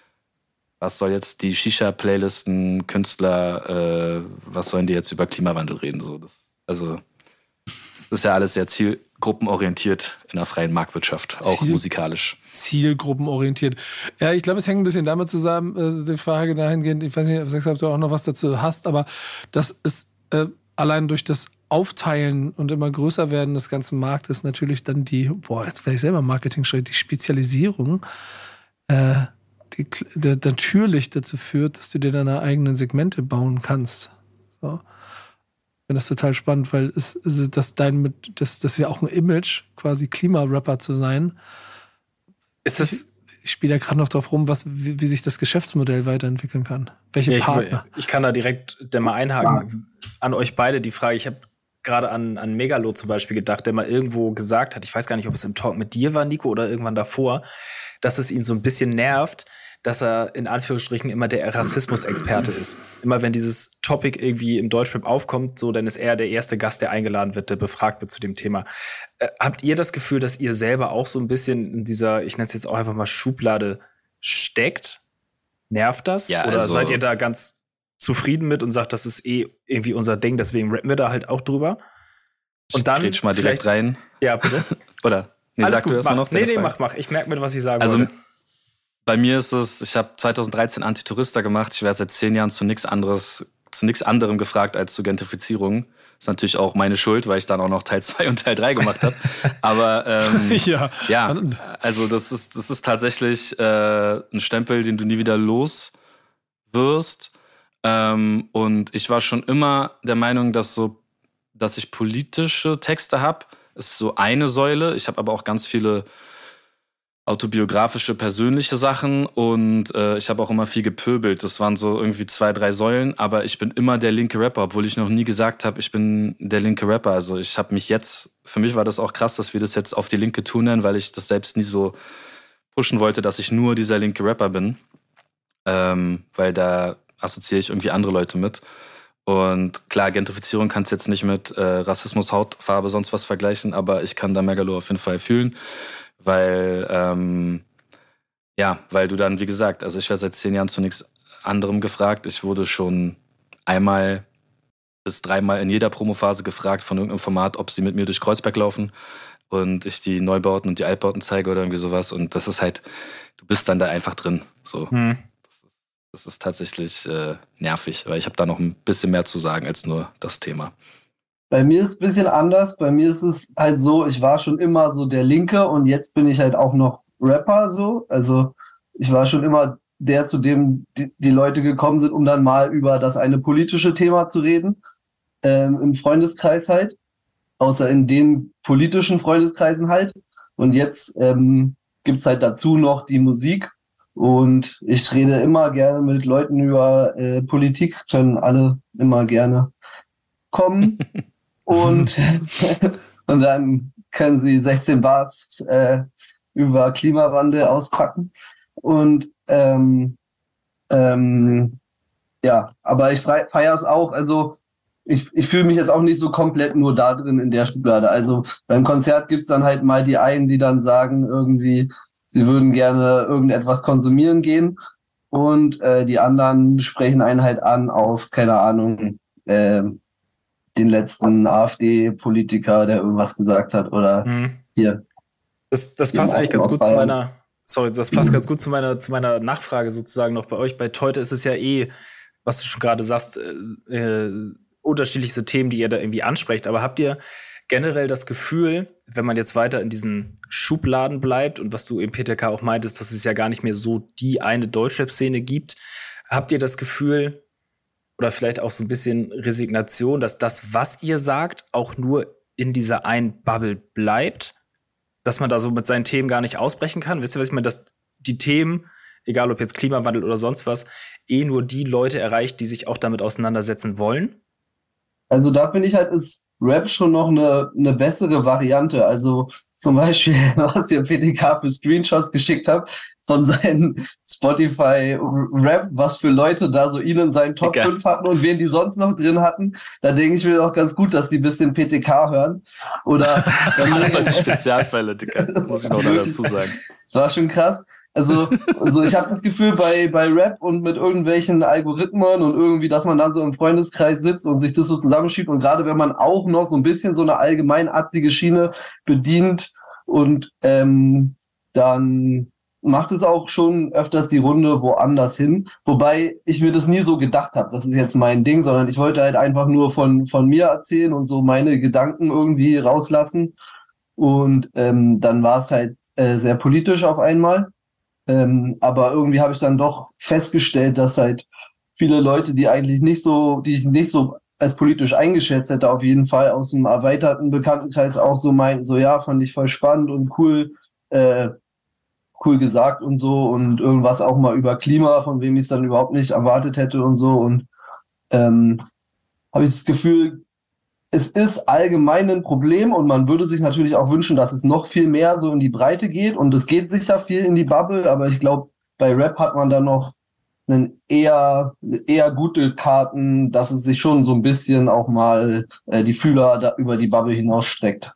was soll jetzt die Shisha-Playlisten, Künstler, äh, was sollen die jetzt über Klimawandel reden? So, das, also das ist ja alles sehr zielgruppenorientiert in der freien Marktwirtschaft, auch Ziel, musikalisch. Zielgruppenorientiert. Ja, ich glaube, es hängt ein bisschen damit zusammen, äh, die Frage dahingehend, ich weiß nicht, ob du auch noch was dazu hast, aber das ist äh, allein durch das Aufteilen und immer größer werden des ganzen Marktes natürlich dann die, boah, jetzt werde ich selber Marketing schreiben, die Spezialisierung, äh, die, die natürlich dazu führt, dass du dir deine eigenen Segmente bauen kannst. So. Ich finde das total spannend, weil es, also das, dein, das, das ist ja auch ein Image, quasi Klimarapper zu sein. Ist es? Ich, ich spiele da gerade noch drauf rum, was, wie, wie sich das Geschäftsmodell weiterentwickeln kann. Welche ja, Partner? Ich, ich kann da direkt da mal einhaken. An euch beide die Frage. Ich habe gerade an, an Megalo zum Beispiel gedacht, der mal irgendwo gesagt hat, ich weiß gar nicht, ob es im Talk mit dir war, Nico, oder irgendwann davor, dass es ihn so ein bisschen nervt, dass er in Anführungsstrichen immer der Rassismus-Experte ist. Immer wenn dieses Topic irgendwie im Deutschrap aufkommt, so, dann ist er der erste Gast, der eingeladen wird, der befragt wird zu dem Thema. Äh, habt ihr das Gefühl, dass ihr selber auch so ein bisschen in dieser, ich nenne es jetzt auch einfach mal Schublade steckt? Nervt das? Ja, Oder also, seid ihr da ganz zufrieden mit und sagt, das ist eh irgendwie unser Ding, deswegen rappen wir da halt auch drüber? Und dann ich mal direkt rein. Ja, bitte. Oder? Nee, Alles sag gut, du erstmal mach. noch. Nee, nee, mach, mach. Ich merke mir, was ich sagen also, wollte. Bei mir ist es, ich habe zwanzig dreizehn Antitourista gemacht. Ich werde seit zehn Jahren zu nichts anderes, zu nichts anderem gefragt als zu Gentrifizierung. Ist natürlich auch meine Schuld, weil ich dann auch noch Teil zwei und Teil drei gemacht habe. Aber ähm, ja. ja, also das ist, das ist tatsächlich äh, ein Stempel, den du nie wieder los wirst. Ähm, und ich war schon immer der Meinung, dass so, dass ich politische Texte habe, ist so eine Säule. Ich habe aber auch ganz viele autobiografische, persönliche Sachen und äh, ich habe auch immer viel gepöbelt. Das waren so irgendwie zwei, drei Säulen, aber ich bin immer der linke Rapper, obwohl ich noch nie gesagt habe, ich bin der linke Rapper. Also ich habe mich jetzt, für mich war das auch krass, dass wir das jetzt auf die Linke tun nennen, weil ich das selbst nie so pushen wollte, dass ich nur dieser linke Rapper bin, ähm, weil da assoziiere ich irgendwie andere Leute mit. Und klar, Gentrifizierung kannst du jetzt nicht mit äh, Rassismus, Hautfarbe, sonst was vergleichen, aber ich kann da Megalo auf jeden Fall fühlen, weil, ähm, ja, weil du dann, wie gesagt, also ich werde seit zehn Jahren zu nichts anderem gefragt. Ich wurde schon einmal bis dreimal in jeder Promophase gefragt von irgendeinem Format, ob sie mit mir durch Kreuzberg laufen und ich die Neubauten und die Altbauten zeige oder irgendwie sowas. Und das ist halt, du bist dann da einfach drin. So. Hm. Das, ist, das ist tatsächlich äh, nervig, weil ich habe da noch ein bisschen mehr zu sagen als nur das Thema. Bei mir ist es ein bisschen anders. Bei mir ist es halt so, ich war schon immer so der Linke und jetzt bin ich halt auch noch Rapper so. Also ich war schon immer der, zu dem die, die Leute gekommen sind, um dann mal über das eine politische Thema zu reden. Ähm, im Freundeskreis halt, außer in den politischen Freundeskreisen halt. Und jetzt ähm, gibt's halt dazu noch die Musik und ich rede immer gerne mit Leuten über äh, Politik, können alle immer gerne kommen und, und dann können sie sechzehn Bars äh, über Klimawandel auspacken und ähm, ähm, ja, aber ich feiere es auch, also Ich, ich fühle mich jetzt auch nicht so komplett nur da drin in der Schublade. Also beim Konzert gibt's dann halt mal die einen, die dann sagen irgendwie, sie würden gerne irgendetwas konsumieren gehen und äh, die anderen sprechen einen halt an auf, keine Ahnung, äh, den letzten AfD-Politiker, der irgendwas gesagt hat oder mhm. hier. Das, das passt eigentlich ganz gut zu meiner, sorry, das passt mhm. ganz gut zu meiner, zu meiner Nachfrage sozusagen noch bei euch. Bei Teute ist es ja eh, was du schon gerade sagst, äh, unterschiedlichste Themen, die ihr da irgendwie ansprecht. Aber habt ihr generell das Gefühl, wenn man jetzt weiter in diesen Schubladen bleibt und was du im P T K auch meintest, dass es ja gar nicht mehr so die eine Deutschrap-Szene gibt, habt ihr das Gefühl oder vielleicht auch so ein bisschen Resignation, dass das, was ihr sagt, auch nur in dieser einen Bubble bleibt? Dass man da so mit seinen Themen gar nicht ausbrechen kann? Wisst ihr, was ich meine? Dass die Themen, egal ob jetzt Klimawandel oder sonst was, eh nur die Leute erreicht, die sich auch damit auseinandersetzen wollen? Also da finde ich halt, ist Rap schon noch eine, eine bessere Variante. Also zum Beispiel, was ihr P T K für Screenshots geschickt habt von seinen Spotify-Rap, was für Leute da so ihn in seinen Top Egal. fünf hatten und wen die sonst noch drin hatten. Da denke ich mir auch ganz gut, dass die ein bisschen P T K hören. Oder das waren einfach die Spezialfälle, Dicker. Muss ich noch dazu sagen. Das war schon krass. Also, also ich habe das Gefühl, bei, bei Rap und mit irgendwelchen Algorithmen und irgendwie, dass man dann so im Freundeskreis sitzt und sich das so zusammenschiebt und gerade wenn man auch noch so ein bisschen so eine allgemeinarztige Schiene bedient und ähm, dann macht es auch schon öfters die Runde woanders hin. Wobei ich mir das nie so gedacht habe, das ist jetzt mein Ding, sondern ich wollte halt einfach nur von, von mir erzählen und so meine Gedanken irgendwie rauslassen. Und ähm, dann war es halt äh, sehr politisch auf einmal. Ähm, aber irgendwie habe ich dann doch festgestellt, dass halt viele Leute, die eigentlich nicht so, die ich nicht so als politisch eingeschätzt hätte, auf jeden Fall aus dem erweiterten Bekanntenkreis auch so meinten, so ja, fand ich voll spannend und cool, äh, cool gesagt und so und irgendwas auch mal über Klima, von wem ich es dann überhaupt nicht erwartet hätte und so und ähm, habe ich das Gefühl, es ist allgemein ein Problem und man würde sich natürlich auch wünschen, dass es noch viel mehr so in die Breite geht und es geht sicher viel in die Bubble, aber ich glaube, bei Rap hat man da noch einen eher, eher gute Karten, dass es sich schon so ein bisschen auch mal äh, die Fühler da über die Bubble hinausstreckt.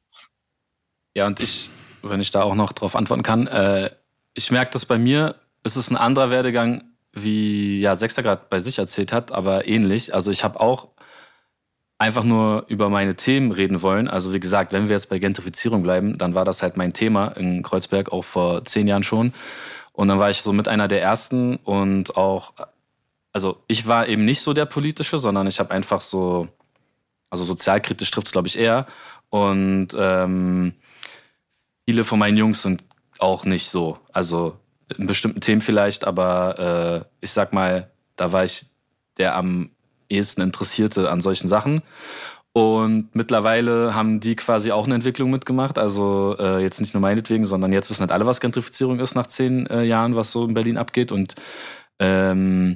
Ja, und ich, wenn ich da auch noch drauf antworten kann, äh, ich merke das bei mir, es ist ein anderer Werdegang, wie ja Sechster gerade bei sich erzählt hat, aber ähnlich. Also ich habe auch einfach nur über meine Themen reden wollen. Also wie gesagt, wenn wir jetzt bei Gentrifizierung bleiben, dann war das halt mein Thema in Kreuzberg, auch vor zehn Jahren schon. Und dann war ich so mit einer der Ersten und auch, also ich war eben nicht so der Politische, sondern ich habe einfach so, also sozialkritisch trifft es glaube ich eher. Und ähm, viele von meinen Jungs sind auch nicht so. Also in bestimmten Themen vielleicht, aber äh, ich sag mal, da war ich der am ehesten Interessierte an solchen Sachen. Und mittlerweile haben die quasi auch eine Entwicklung mitgemacht. Also äh, jetzt nicht nur meinetwegen, sondern jetzt wissen halt alle, was Gentrifizierung ist nach zehn äh, Jahren, was so in Berlin abgeht. Und, ähm,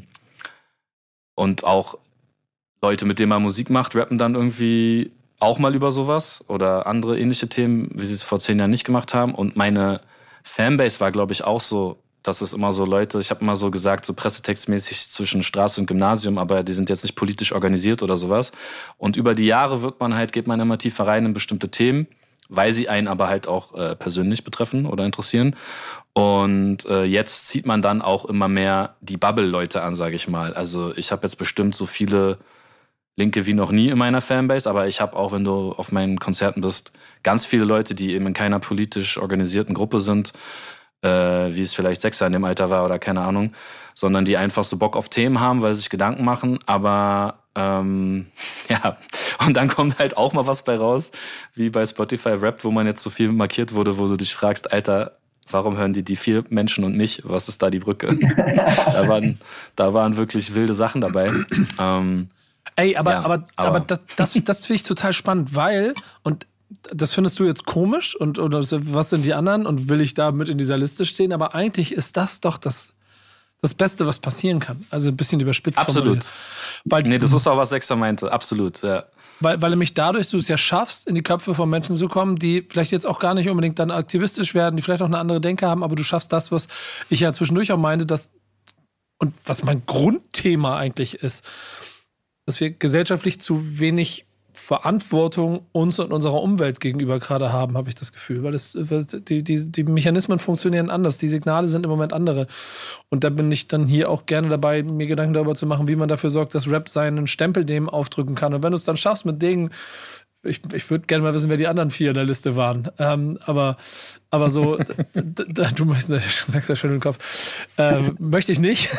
und auch Leute, mit denen man Musik macht, rappen dann irgendwie auch mal über sowas oder andere ähnliche Themen, wie sie es vor zehn Jahren nicht gemacht haben. Und meine Fanbase war, glaube ich, auch so Das ist immer so Leute, ich habe immer so gesagt, so pressetextmäßig zwischen Straße und Gymnasium, aber die sind jetzt nicht politisch organisiert oder sowas. Und über die Jahre wird man halt, geht man immer tiefer rein in bestimmte Themen, weil sie einen aber halt auch äh, persönlich betreffen oder interessieren. Und äh, jetzt zieht man dann auch immer mehr die Bubble-Leute an, sage ich mal. Also ich habe jetzt bestimmt so viele Linke wie noch nie in meiner Fanbase, aber ich habe auch, wenn du auf meinen Konzerten bist, ganz viele Leute, die eben in keiner politisch organisierten Gruppe sind, Äh, wie es vielleicht Sechser in dem Alter war oder keine Ahnung, sondern die einfach so Bock auf Themen haben, weil sie sich Gedanken machen, aber ähm, ja, und dann kommt halt auch mal was bei raus, wie bei Spotify Wrapped, wo man jetzt so viel markiert wurde, wo du dich fragst, Alter, warum hören die die vier Menschen und nicht? Was ist da die Brücke? da, waren, da waren wirklich wilde Sachen dabei. Ähm, Ey, aber, ja, aber, aber, aber das, das, das finde ich total spannend, weil, und das findest du jetzt komisch und oder was sind die anderen und will ich da mit in dieser Liste stehen? Aber eigentlich ist das doch das, das Beste, was passieren kann. Also ein bisschen überspitzt Absolut. formuliert. Weil, nee, das ist auch, was Sechser meinte. Absolut, ja. Weil, weil nämlich dadurch du es ja schaffst, in die Köpfe von Menschen zu kommen, die vielleicht jetzt auch gar nicht unbedingt dann aktivistisch werden, die vielleicht auch eine andere Denke haben, aber du schaffst das, was ich ja zwischendurch auch meinte, dass, und was mein Grundthema eigentlich ist, dass wir gesellschaftlich zu wenig Verantwortung uns und unserer Umwelt gegenüber gerade haben, habe ich das Gefühl. Weil es, die, die, die Mechanismen funktionieren anders, die Signale sind im Moment andere. Und da bin ich dann hier auch gerne dabei, mir Gedanken darüber zu machen, wie man dafür sorgt, dass Rap seinen Stempel dem aufdrücken kann. Und wenn du es dann schaffst mit Dingen, ich, ich würde gerne mal wissen, wer die anderen vier in der Liste waren. Ähm, aber, aber so, d- d- du möchtest, du sagst ja schön im Kopf, ähm, möchte ich nicht.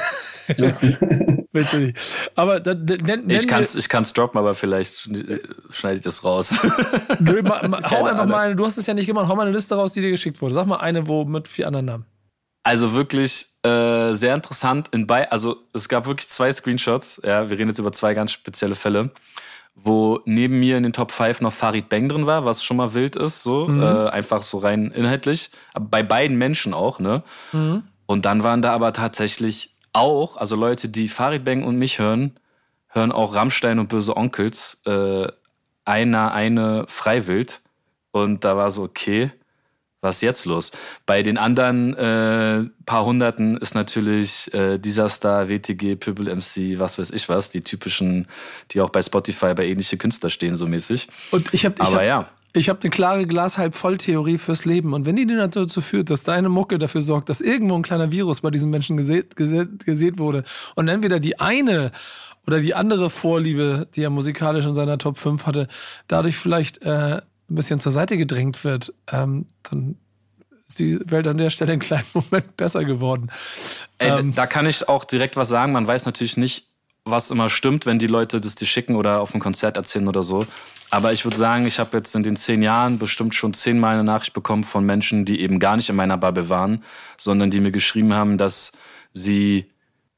Willst du nicht. Aber dann, nenn, nenn ich kann es ich kann's droppen, aber vielleicht schneide ich das raus. Nö, ma, ma, hau einfach Ahnung. mal, du hast es ja nicht gemacht, hau mal eine Liste raus, die dir geschickt wurde. Sag mal eine, wo mit vier anderen Namen. Also wirklich äh, sehr interessant. In bei, also es gab wirklich zwei Screenshots. Ja, wir reden jetzt über zwei ganz spezielle Fälle, wo neben mir in den Top fünf noch Farid Bang drin war, was schon mal wild ist, so Mhm. äh, einfach so rein inhaltlich. Aber bei beiden Menschen auch, ne? Mhm. Und dann waren da aber tatsächlich auch, also Leute, die Farid Bang und mich hören, hören auch Rammstein und Böse Onkels, äh, einer, eine freiwillig. Und da war so, okay, was ist jetzt los? Bei den anderen äh, paar Hunderten ist natürlich äh, dieser Star, W T G, Pöbel M C, was weiß ich was, die typischen, die auch bei Spotify bei ähnliche Künstler stehen, so mäßig. Und ich habe ich Aber hab, ja. ich hab eine klare Glas-halb-voll-Theorie fürs Leben. Und wenn die dir dazu führt, dass deine Mucke dafür sorgt, dass irgendwo ein kleiner Virus bei diesen Menschen gesät, gesät, gesät wurde und entweder die eine oder die andere Vorliebe, die er musikalisch in seiner Top fünf hatte, dadurch vielleicht äh, ein bisschen zur Seite gedrängt wird, ähm, dann ist die Welt an der Stelle einen kleinen Moment besser geworden. Ey, Ähm, da kann ich auch direkt was sagen. Man weiß natürlich nicht, was immer stimmt, wenn die Leute das dir schicken oder auf einem Konzert erzählen oder so. Aber ich würde sagen, ich habe jetzt in den zehn Jahren bestimmt schon zehnmal eine Nachricht bekommen von Menschen, die eben gar nicht in meiner Bubble waren, sondern die mir geschrieben haben, dass sie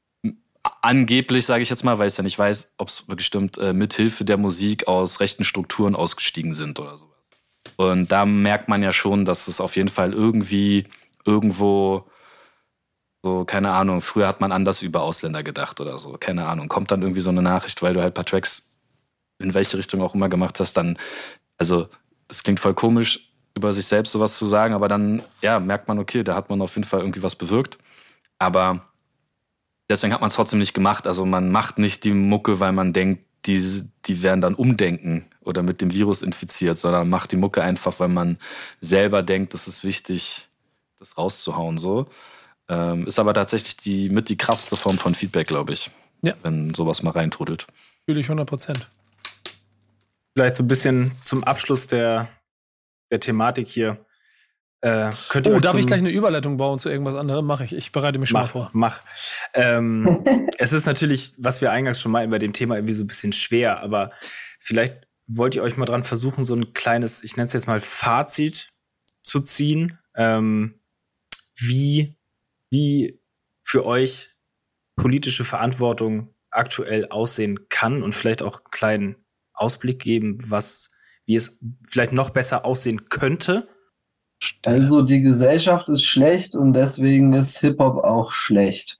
angeblich, sage ich jetzt mal, weil ich ja nicht weiß, ob es wirklich stimmt, äh, mithilfe der Musik aus rechten Strukturen ausgestiegen sind oder sowas. Und da merkt man ja schon, dass es auf jeden Fall irgendwie irgendwo so, keine Ahnung, früher hat man anders über Ausländer gedacht oder so, keine Ahnung. Kommt dann irgendwie so eine Nachricht, weil du halt ein paar Tracks in welche Richtung auch immer gemacht hast, dann, also das klingt voll komisch, über sich selbst sowas zu sagen, aber dann, ja, merkt man, okay, da hat man auf jeden Fall irgendwie was bewirkt. Aber deswegen hat man es trotzdem nicht gemacht. Also man macht nicht die Mucke, weil man denkt, die, die werden dann umdenken oder mit dem Virus infiziert, sondern macht die Mucke einfach, weil man selber denkt, es ist wichtig, das rauszuhauen. So. Ähm, ist aber tatsächlich die mit die krasseste Form von Feedback, glaube ich. Ja. Wenn sowas mal reintrudelt. Fühle ich hundert Prozent. Vielleicht so ein bisschen zum Abschluss der, der Thematik hier. Äh, könnt ihr Oh, euch darf zum, ich gleich eine Überleitung bauen zu irgendwas anderem? Mache ich. Ich bereite mich schon mach, mal vor. Mach. Ähm, es ist natürlich, was wir eingangs schon meinten, bei dem Thema irgendwie so ein bisschen schwer, aber vielleicht wollt ihr euch mal dran versuchen, so ein kleines, ich nenne es jetzt mal Fazit zu ziehen, ähm, wie, wie für euch politische Verantwortung aktuell aussehen kann und vielleicht auch einen kleinen Ausblick geben, was, wie es vielleicht noch besser aussehen könnte. Also die Gesellschaft ist schlecht und deswegen ist Hip-Hop auch schlecht.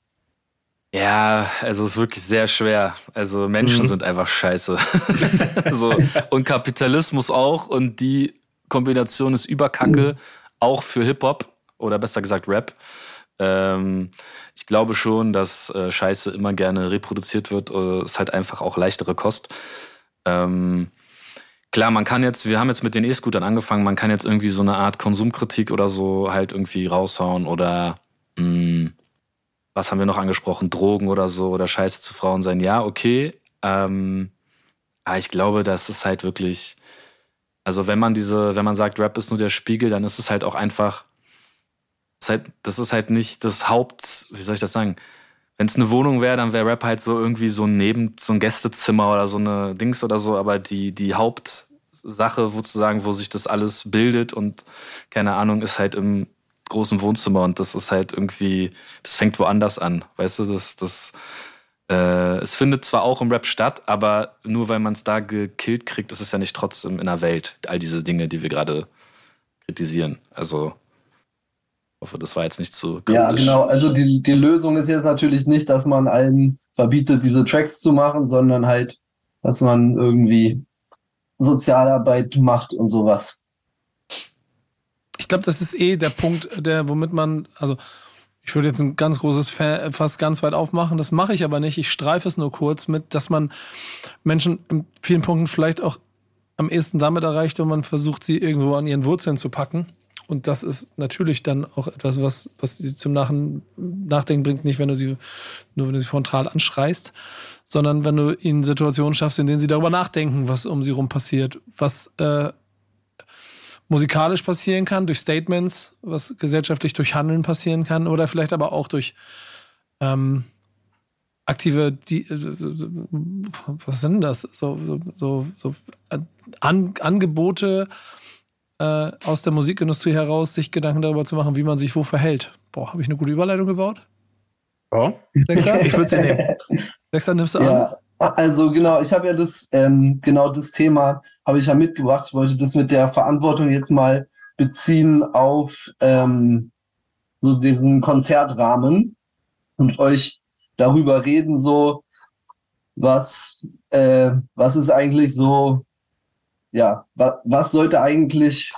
Ja, also es ist wirklich sehr schwer. Also Menschen Mhm. sind einfach scheiße. so, und Kapitalismus auch. Und die Kombination ist Überkacke, auch für Hip-Hop oder besser gesagt Rap. Ähm, ich glaube schon, dass äh, Scheiße immer gerne reproduziert wird. Äh, ist halt einfach auch leichtere Kost. Ähm, klar, man kann jetzt, wir haben jetzt mit den E-Scootern angefangen, man kann jetzt irgendwie so eine Art Konsumkritik oder so halt irgendwie raushauen oder mh, was haben wir noch angesprochen? Drogen oder so oder Scheiße zu Frauen sein. Ja, okay. Ähm, aber ich glaube, das ist halt wirklich, also wenn man diese, wenn man sagt, Rap ist nur der Spiegel, dann ist es halt auch einfach, das ist halt, das ist halt nicht das Haupt, wie soll ich das sagen? Wenn es eine Wohnung wäre, dann wäre Rap halt so irgendwie so ein Neben, so ein Gästezimmer oder so eine Dings oder so, aber die, die Hauptsache, sozusagen, wo sich das alles bildet und keine Ahnung, ist halt im großen Wohnzimmer und das ist halt irgendwie, das fängt woanders an, weißt du, das, das, äh, es findet zwar auch im Rap statt, aber nur weil man es da gekillt kriegt, ist es ja nicht trotzdem in der Welt, all diese Dinge, die wir gerade kritisieren, also ich hoffe, das war jetzt nicht zu kritisch. Ja, genau. Also die, die Lösung ist jetzt natürlich nicht, dass man allen verbietet, diese Tracks zu machen, sondern halt, dass man irgendwie Sozialarbeit macht und sowas. Ich glaube, das ist eh der Punkt, der, womit man, also ich würde jetzt ein ganz großes Fass ganz weit aufmachen, das mache ich aber nicht. Ich streife es nur kurz mit, dass man Menschen in vielen Punkten vielleicht auch am ehesten damit erreicht, wenn man versucht, sie irgendwo an ihren Wurzeln zu packen. Und das ist natürlich dann auch etwas, was, was sie zum Nach- Nachdenken bringt, nicht wenn du sie, nur wenn du sie frontal anschreist, sondern wenn du ihnen Situationen schaffst, in denen sie darüber nachdenken, was um sie rum passiert, was äh, musikalisch passieren kann, durch Statements, was gesellschaftlich durch Handeln passieren kann oder vielleicht aber auch durch ähm, aktive, die, was sind das? So, so, so, so An- Angebote, aus der Musikindustrie heraus, sich Gedanken darüber zu machen, wie man sich wo verhält. Boah, habe ich eine gute Überleitung gebaut? Ja. Sechser? Ich würde sie nehmen. Sechser nimmst du Ja, an? also genau, ich habe ja das, ähm, genau das Thema habe ich ja mitgebracht. Ich wollte das mit der Verantwortung jetzt mal beziehen auf ähm, so diesen Konzertrahmen und euch darüber reden, so was, äh, was ist eigentlich so, ja, was, was sollte eigentlich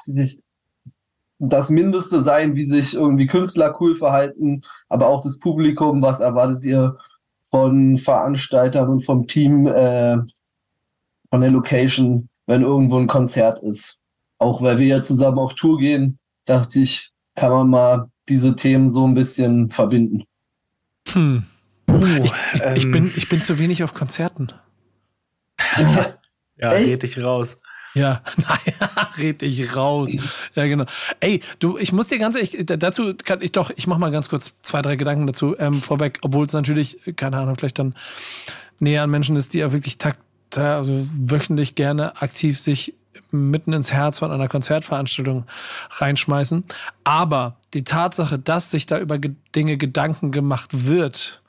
das Mindeste sein, wie sich irgendwie Künstler cool verhalten, aber auch das Publikum, was erwartet ihr von Veranstaltern und vom Team, äh, von der Location, wenn irgendwo ein Konzert ist. Auch weil wir ja zusammen auf Tour gehen, dachte ich, kann man mal diese Themen so ein bisschen verbinden. Hm. Uh, ich, ähm, ich, bin, ich bin zu wenig auf Konzerten. ja, Echt? red dich raus. Ja, naja, red dich raus. Ja, genau. Ey, du, ich muss dir ganz ehrlich, dazu kann ich doch, ich mach mal ganz kurz zwei, drei Gedanken dazu ähm, vorweg, obwohl es natürlich, keine Ahnung, vielleicht dann näher an Menschen ist, die ja wirklich takt, also wöchentlich gerne aktiv sich mitten ins Herz von einer Konzertveranstaltung reinschmeißen. Aber die Tatsache, dass sich da über Dinge Gedanken gemacht wird,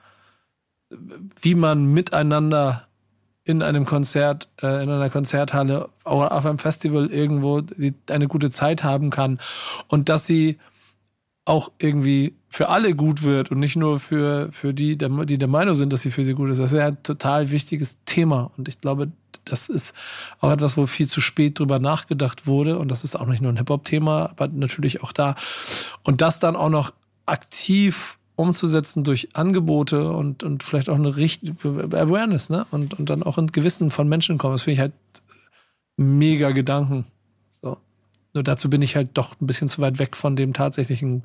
wie man miteinander in einem Konzert, äh, in einer Konzerthalle oder auf einem Festival irgendwo die, eine gute Zeit haben kann und dass sie auch irgendwie für alle gut wird und nicht nur für, für die, die der Meinung sind, dass sie für sie gut ist. Das ist ja ein total wichtiges Thema und ich glaube, das ist auch etwas, wo viel zu spät drüber nachgedacht wurde und das ist auch nicht nur ein Hip-Hop-Thema, aber natürlich auch da. Und das dann auch noch aktiv umzusetzen durch Angebote und, und vielleicht auch eine richtige Awareness, ne? Und, und dann auch in Gewissen von Menschen kommen. Das finde ich halt mega Gedanken. So. Nur dazu bin ich halt doch ein bisschen zu weit weg von dem tatsächlichen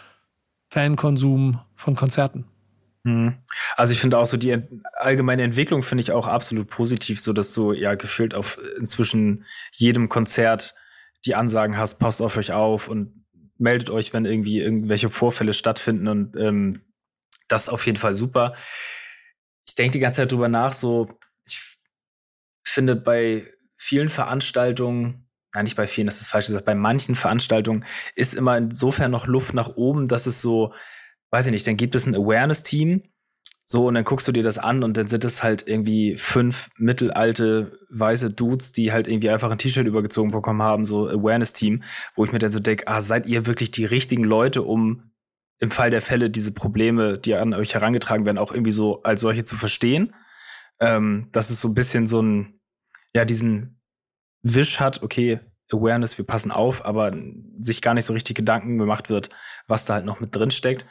Fankonsum von Konzerten. Also ich finde auch so die allgemeine Entwicklung finde ich auch absolut positiv, so dass du ja gefühlt auf inzwischen jedem Konzert die Ansagen hast, passt auf euch auf und meldet euch, wenn irgendwie irgendwelche Vorfälle stattfinden und ähm, das ist auf jeden Fall super. Ich denke die ganze Zeit drüber nach, so ich finde bei vielen Veranstaltungen, nein, nicht bei vielen, das ist falsch gesagt, bei manchen Veranstaltungen ist immer insofern noch Luft nach oben, dass es so, weiß ich nicht, dann gibt es ein Awareness-Team, so, und dann guckst du dir das an und dann sind es halt irgendwie fünf mittelalte weiße Dudes, die halt irgendwie einfach ein T-Shirt übergezogen bekommen haben, so Awareness-Team, wo ich mir dann so denke, ah, seid ihr wirklich die richtigen Leute, um im Fall der Fälle diese Probleme, die an euch herangetragen werden, auch irgendwie so als solche zu verstehen? Ähm, dass es so ein bisschen so ein, ja, diesen Wisch hat, okay, Awareness, wir passen auf, aber sich gar nicht so richtig Gedanken gemacht wird, was da halt noch mit drin steckt.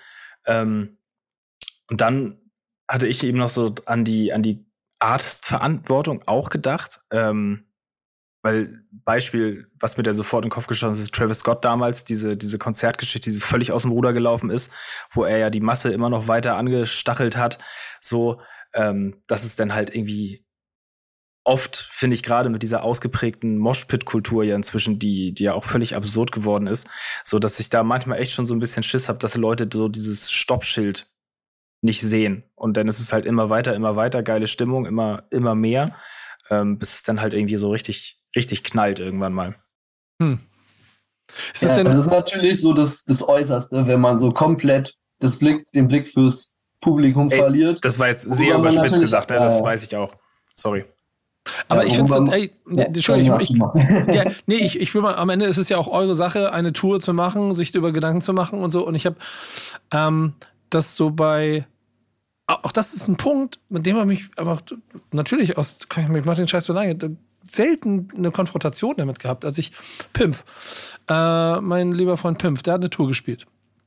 Ähm, und dann hatte ich eben noch so an die, an die Artist-Verantwortung auch gedacht. Ähm, weil Beispiel, was mir da sofort in den Kopf geschossen ist, Travis Scott damals, diese, diese Konzertgeschichte, die völlig aus dem Ruder gelaufen ist, wo er ja die Masse immer noch weiter angestachelt hat. So, ähm, dass es dann halt irgendwie oft, finde ich, gerade mit dieser ausgeprägten Moshpit-Kultur ja inzwischen, die, die ja auch völlig absurd geworden ist, so dass ich da manchmal echt schon so ein bisschen Schiss habe, dass Leute so dieses Stoppschild nicht sehen. Und dann ist es halt immer weiter, immer weiter, geile Stimmung, immer, immer mehr, ähm, bis es dann halt irgendwie so richtig, richtig knallt irgendwann mal. Hm. Ist Ja, das, denn, das ist natürlich so das, das Äußerste, wenn man so komplett das Blick, den Blick fürs Publikum Ey, verliert. Das war jetzt Worüber sehr man überspitzt natürlich- gesagt, ne? Das ja. weiß ich auch. Sorry. aber Ja, ich finde worüber- so, ey, Ja, Entschuldigung, ich, dann mach du mal. ja, nee, ich, ich will mal, am Ende ist es ja auch eure Sache, eine Tour zu machen, sich über Gedanken zu machen und so. Und ich habe ähm, das so bei, auch das ist ein Punkt, mit dem man mich einfach natürlich aus, ich mach den Scheiß so lange, selten eine Konfrontation damit gehabt, als ich Pimpf, äh, mein lieber Freund Pimpf, der hat eine Tour gespielt.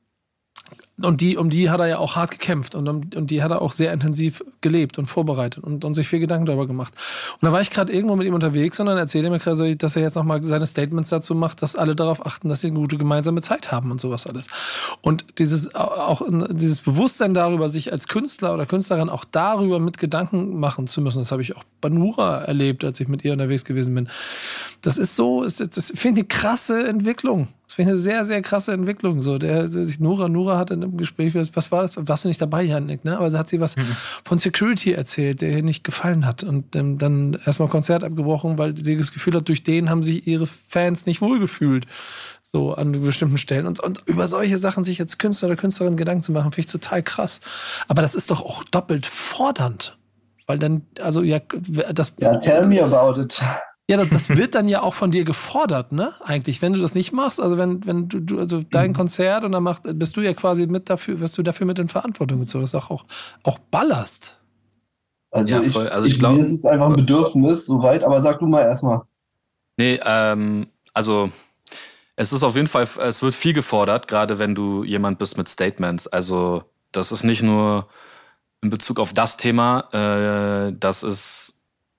Und die, um die hat er ja auch hart gekämpft und, um, und die hat er auch sehr intensiv gelebt und vorbereitet und, und sich viel Gedanken darüber gemacht. Und da war ich gerade irgendwo mit ihm unterwegs und dann erzählte er mir gerade, dass er jetzt nochmal seine Statements dazu macht, dass alle darauf achten, dass sie eine gute gemeinsame Zeit haben und sowas alles. Und dieses, auch dieses Bewusstsein darüber, sich als Künstler oder Künstlerin auch darüber mit Gedanken machen zu müssen, das habe ich auch bei Nura erlebt, als ich mit ihr unterwegs gewesen bin. Das ist so, das, das finde ich eine krasse Entwicklung. Das finde ich eine sehr, sehr krasse Entwicklung. So, der, Nura, Nura hat in einem Gespräch, was war das? Warst du nicht dabei, Janik, ne? Aber sie hat sie was mhm. von Security erzählt, der ihr nicht gefallen hat. Und ähm, dann erstmal Konzert abgebrochen, weil sie das Gefühl hat, durch den haben sich ihre Fans nicht wohlgefühlt. So an bestimmten Stellen. Und, und über solche Sachen sich als Künstler oder Künstlerin Gedanken zu machen, finde ich total krass. Aber das ist doch auch doppelt fordernd. Weil dann, also ja, das. Ja, tell me about it. Ja, das, das wird dann ja auch von dir gefordert, ne? Eigentlich, wenn du das nicht machst, also wenn, wenn du, du also dein Konzert und dann macht, bist du ja quasi mit dafür, wirst du dafür mit in Verantwortung gezogen. Das ist auch, auch Ballast. Also, Ja, ich, voll. Also ich, ich glaub- mir ist es einfach ein Bedürfnis, soweit, aber sag du mal erstmal. Nee, ähm, also es ist auf jeden Fall, es wird viel gefordert, gerade wenn du jemand bist mit Statements. Also das ist nicht nur in Bezug auf das Thema, äh, das ist,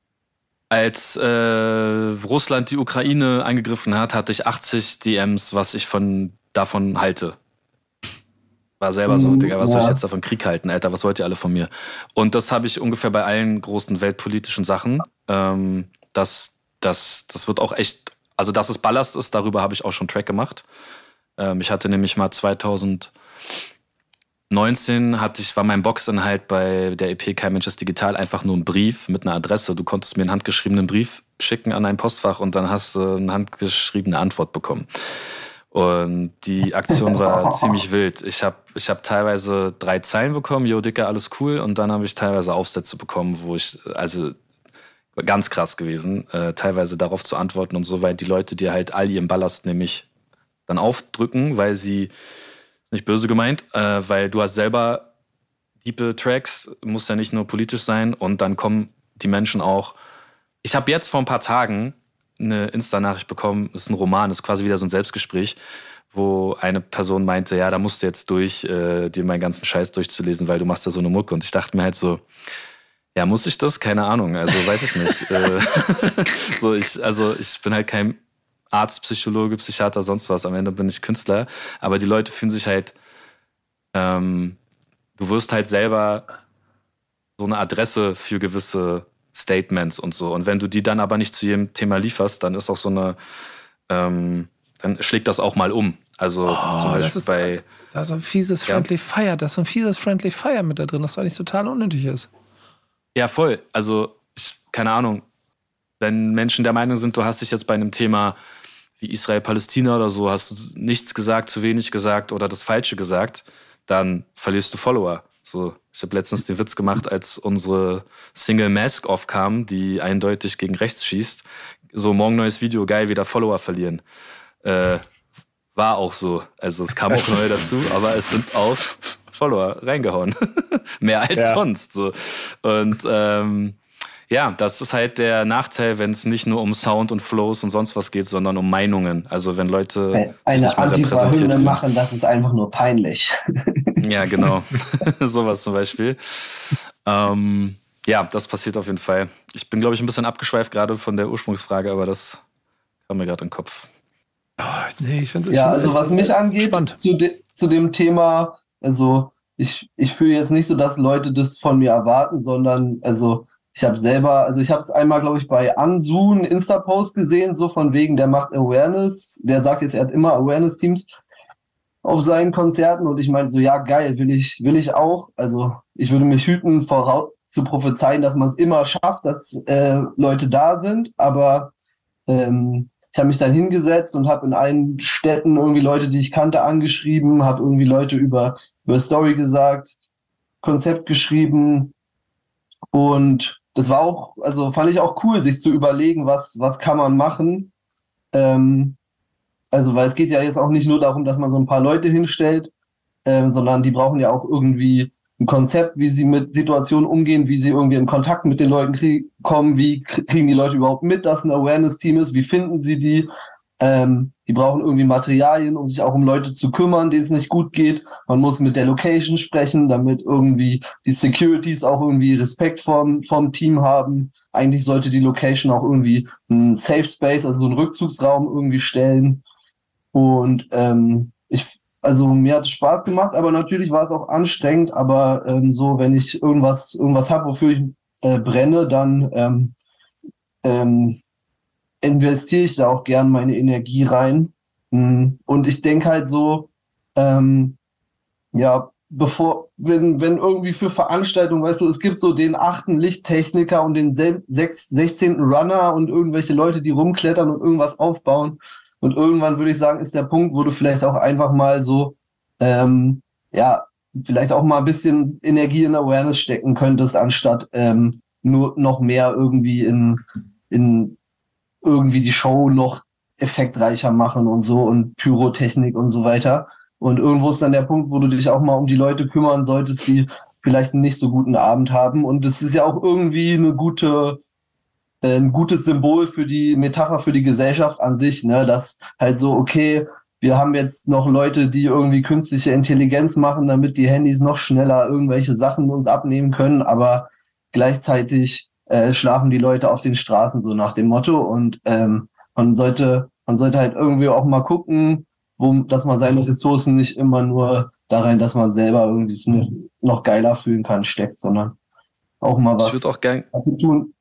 als äh, Russland die Ukraine angegriffen hat, hatte ich achtzig D Ms, was ich von davon halte. War selber so, Digga, was Ja. soll ich jetzt davon Krieg halten, Alter, was wollt ihr alle von mir? Und das habe ich ungefähr bei allen großen weltpolitischen Sachen. Ähm, das, das, das wird auch echt, also dass es Ballast ist, darüber habe ich auch schon Track gemacht. Ähm, ich hatte nämlich mal zweitausendneunzehn hatte ich, war mein Boxinhalt bei der E P Kein Mensch ist digital einfach nur ein Brief mit einer Adresse. Du konntest mir einen handgeschriebenen Brief schicken an ein Postfach und dann hast du eine handgeschriebene Antwort bekommen. Und die Aktion war ziemlich wild. Ich habe ich hab teilweise drei Zeilen bekommen, yo Dicker, alles cool. Und dann habe ich teilweise Aufsätze bekommen, wo ich, also ganz krass gewesen, äh, teilweise darauf zu antworten und so, weil die Leute dir halt all ihren Ballast nämlich dann aufdrücken, weil sie, nicht böse gemeint, äh, weil du hast selber diepe Tracks, muss ja nicht nur politisch sein und dann kommen die Menschen auch. Ich habe jetzt vor ein paar Tagen eine Insta-Nachricht bekommen, das ist ein Roman, das ist quasi wieder so ein Selbstgespräch, wo eine Person meinte, ja, da musst du jetzt durch, äh, dir meinen ganzen Scheiß durchzulesen, weil du machst ja so eine Mucke. Und ich dachte mir halt so, ja, muss ich das? Keine Ahnung, also weiß ich nicht. äh, so, ich, also ich bin halt kein Arzt, Psychologe, Psychiater, sonst was. Am Ende bin ich Künstler. Aber die Leute fühlen sich halt, ähm, du wirst halt selber so eine Adresse für gewisse Statements und so. Und wenn du die dann aber nicht zu jedem Thema lieferst, dann ist auch so eine, ähm, dann schlägt das auch mal um. Also Oh, zum Beispiel das ist, bei. da ist so ein fieses Ja. Friendly Fire, da ist so ein fieses Friendly Fire mit da drin, das eigentlich total unnötig ist. Ja, voll. Also, ich, keine Ahnung. Wenn Menschen der Meinung sind, du hast dich jetzt bei einem Thema wie Israel-Palästina oder so, hast du nichts gesagt, zu wenig gesagt oder das Falsche gesagt, dann verlierst du Follower. So, ich habe letztens den Witz gemacht, als unsere Single Mask Off kam, die eindeutig gegen rechts schießt. So, morgen neues Video, geil, wieder Follower verlieren. Äh, war auch so. Also es kam auch neu dazu, aber es sind auch Follower reingehauen. Mehr als Ja. sonst. So. Und ähm, ja, das ist halt der Nachteil, wenn es nicht nur um Sound und Flows und sonst was geht, sondern um Meinungen. Also wenn Leute sich Eine nicht mehr repräsentiert Antifa-Hymne fühlen. machen, das ist einfach nur peinlich. Ja, genau. Sowas zum Beispiel. Ähm, ja, das passiert auf jeden Fall. Ich bin, glaube ich, ein bisschen abgeschweift gerade von der Ursprungsfrage, aber das kam mir gerade in den Kopf. Oh, nee, ich finde Ja, also was mich angeht, spannend. zu, de zu dem Thema, also ich, ich fühle jetzt nicht so, dass Leute das von mir erwarten, sondern also ich habe selber, also ich habe es einmal, glaube ich, bei Ansu einen Insta-Post gesehen, so von wegen, der macht Awareness, der sagt jetzt, er hat immer Awareness-Teams auf seinen Konzerten und ich meinte so, ja geil, will ich, will ich auch. Also ich würde mich hüten, voraus zu prophezeien, dass man es immer schafft, dass äh, Leute da sind, aber ähm, ich habe mich dann hingesetzt und habe in allen Städten irgendwie Leute, die ich kannte, angeschrieben, habe irgendwie Leute über, über Story gesagt, Konzept geschrieben und das war auch, also fand ich auch cool, sich zu überlegen, was, was kann man machen. Ähm, also, weil es geht ja jetzt auch nicht nur darum, dass man so ein paar Leute hinstellt, ähm, sondern die brauchen ja auch irgendwie ein Konzept, wie sie mit Situationen umgehen, wie sie irgendwie in Kontakt mit den Leuten krieg- kommen, wie krie- kriegen die Leute überhaupt mit, dass ein Awareness-Team ist, wie finden sie die. Ähm, die brauchen irgendwie Materialien, um sich auch um Leute zu kümmern, denen es nicht gut geht. Man muss mit der Location sprechen, damit irgendwie die Securities auch irgendwie Respekt vom, vom Team haben. Eigentlich sollte die Location auch irgendwie einen Safe Space, also so einen Rückzugsraum irgendwie stellen. Und ähm, ich, also mir hat es Spaß gemacht, aber natürlich war es auch anstrengend. Aber ähm, so, wenn ich irgendwas, irgendwas habe, wofür ich äh, brenne, dann ähm, ähm, investiere ich da auch gern meine Energie rein. Mm, Und ich denke halt so, ähm, ja, bevor, wenn, wenn irgendwie für Veranstaltungen, weißt du, es gibt so den achten Lichttechniker und den sel- sechs, sechzehnten Runner und irgendwelche Leute, die rumklettern und irgendwas aufbauen. Und irgendwann würde ich sagen, ist der Punkt, wo du vielleicht auch einfach mal so, ähm, ja, vielleicht auch mal ein bisschen Energie in Awareness stecken könntest, anstatt ähm, nur noch mehr irgendwie in, in irgendwie die Show noch effektreicher machen und so und Pyrotechnik und so weiter. Und irgendwo ist dann der Punkt, wo du dich auch mal um die Leute kümmern solltest, die vielleicht einen nicht so guten Abend haben. Und es ist ja auch irgendwie eine gute, äh, ein gutes Symbol für die Metapher für die Gesellschaft an sich, ne? Dass halt so, okay, wir haben jetzt noch Leute, die irgendwie künstliche Intelligenz machen, damit die Handys noch schneller irgendwelche Sachen uns abnehmen können, aber gleichzeitig äh, schlafen die Leute auf den Straßen, so nach dem Motto. Und ähm, man sollte, man sollte halt irgendwie auch mal gucken, wo, dass man seine Ressourcen nicht immer nur da rein, dass man selber irgendwie es noch geiler fühlen kann, steckt, sondern auch mal Ich was würde auch gern, dafür tun.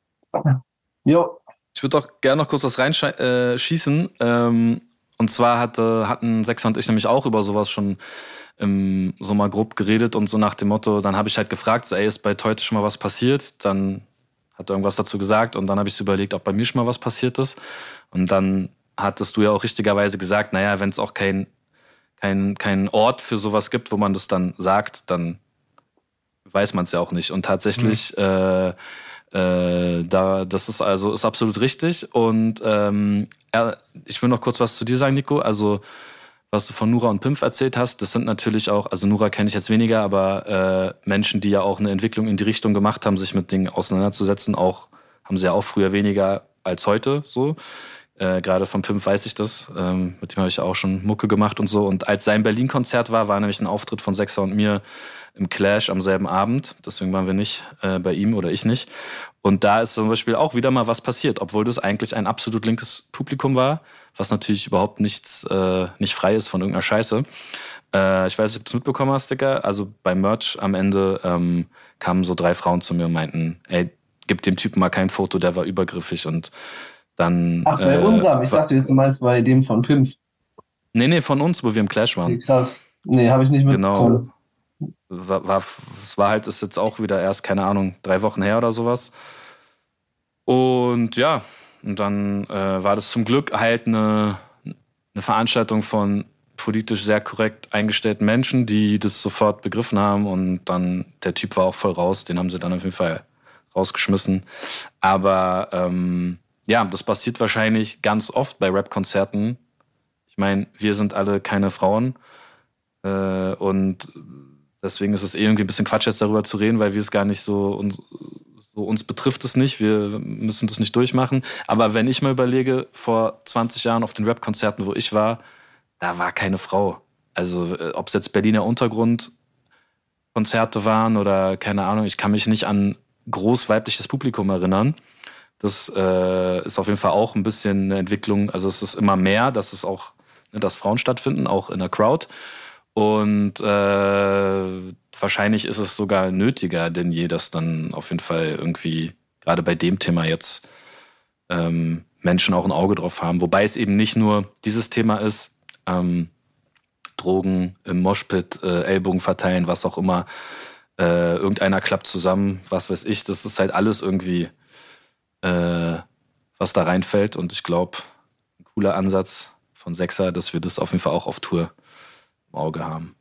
Jo, ich würde auch gern noch kurz was reinschießen. Ähm, und zwar hatte, hatten Sechser und ich nämlich auch über sowas schon im Sommer grob geredet und so nach dem Motto, dann habe ich halt gefragt, so, ey, ist bei Teute schon mal was passiert? Dann hat er irgendwas dazu gesagt und dann habe ich so überlegt, ob bei mir schon mal was passiert ist. Und dann hattest du ja auch richtigerweise gesagt, naja, wenn es auch kein, kein, kein Ort für sowas gibt, wo man das dann sagt, dann weiß man es ja auch nicht. Und tatsächlich, mhm. äh, äh, da, das ist also ist absolut richtig. Und ähm, ja, ich will noch kurz was zu dir sagen, Nico. Also was du von Nura und Pimpf erzählt hast, das sind natürlich auch, also Nura kenne ich jetzt weniger, aber äh, Menschen, die ja auch eine Entwicklung in die Richtung gemacht haben, sich mit Dingen auseinanderzusetzen, auch haben sie ja auch früher weniger als heute so. Äh, Gerade von Pimpf weiß ich das, ähm, mit dem habe ich ja auch schon Mucke gemacht und so. Und als sein Berlin-Konzert war, war nämlich ein Auftritt von Sechser und mir im Clash am selben Abend. Deswegen waren wir nicht äh, bei ihm oder ich nicht. Und da ist zum Beispiel auch wieder mal was passiert, obwohl das eigentlich ein absolut linkes Publikum war, was natürlich überhaupt nichts, äh, nicht frei ist von irgendeiner Scheiße. Äh, ich weiß nicht, ob du es mitbekommen hast, Digga. Also beim Merch am Ende ähm, kamen so drei Frauen zu mir und meinten, ey, gib dem Typen mal kein Foto, der war übergriffig. Und dann... Ach, bei äh, unserem. Ich dachte jetzt, du meinst bei dem von Pimpf. Nee, nee, von uns, wo wir im Clash waren. Okay, krass. Nee, habe ich nicht mitbekommen. Genau. War, war, es war halt, ist jetzt auch wieder erst, keine Ahnung, drei Wochen her oder sowas. Und ja, und dann äh, war das zum Glück halt eine, eine Veranstaltung von politisch sehr korrekt eingestellten Menschen, die das sofort begriffen haben. Und dann, der Typ war auch voll raus, den haben sie dann auf jeden Fall rausgeschmissen. Aber ähm, ja, das passiert wahrscheinlich ganz oft bei Rap-Konzerten. Ich meine, wir sind alle keine Frauen. Äh, und deswegen ist es eh irgendwie ein bisschen Quatsch, jetzt darüber zu reden, weil wir es gar nicht so, uns, so So, uns betrifft es nicht, wir müssen das nicht durchmachen. Aber wenn ich mal überlege, vor zwanzig Jahren auf den Rap-Konzerten, wo ich war, da war keine Frau. Also ob es jetzt Berliner Untergrund-Konzerte waren oder keine Ahnung, ich kann mich nicht an groß weibliches Publikum erinnern. Das äh, ist auf jeden Fall auch ein bisschen eine Entwicklung. Also es ist immer mehr, dass es auch, ne, dass Frauen stattfinden, auch in der Crowd. Und äh, wahrscheinlich ist es sogar nötiger denn je, dass dann auf jeden Fall irgendwie, gerade bei dem Thema jetzt, ähm, Menschen auch ein Auge drauf haben. Wobei es eben nicht nur dieses Thema ist, ähm, Drogen im Moshpit, äh, Ellbogen verteilen, was auch immer. Äh, irgendeiner klappt zusammen, was weiß ich. Das ist halt alles irgendwie, äh, was da reinfällt. Und ich glaube, ein cooler Ansatz von Sechser, dass wir das auf jeden Fall auch auf Tour im Auge haben.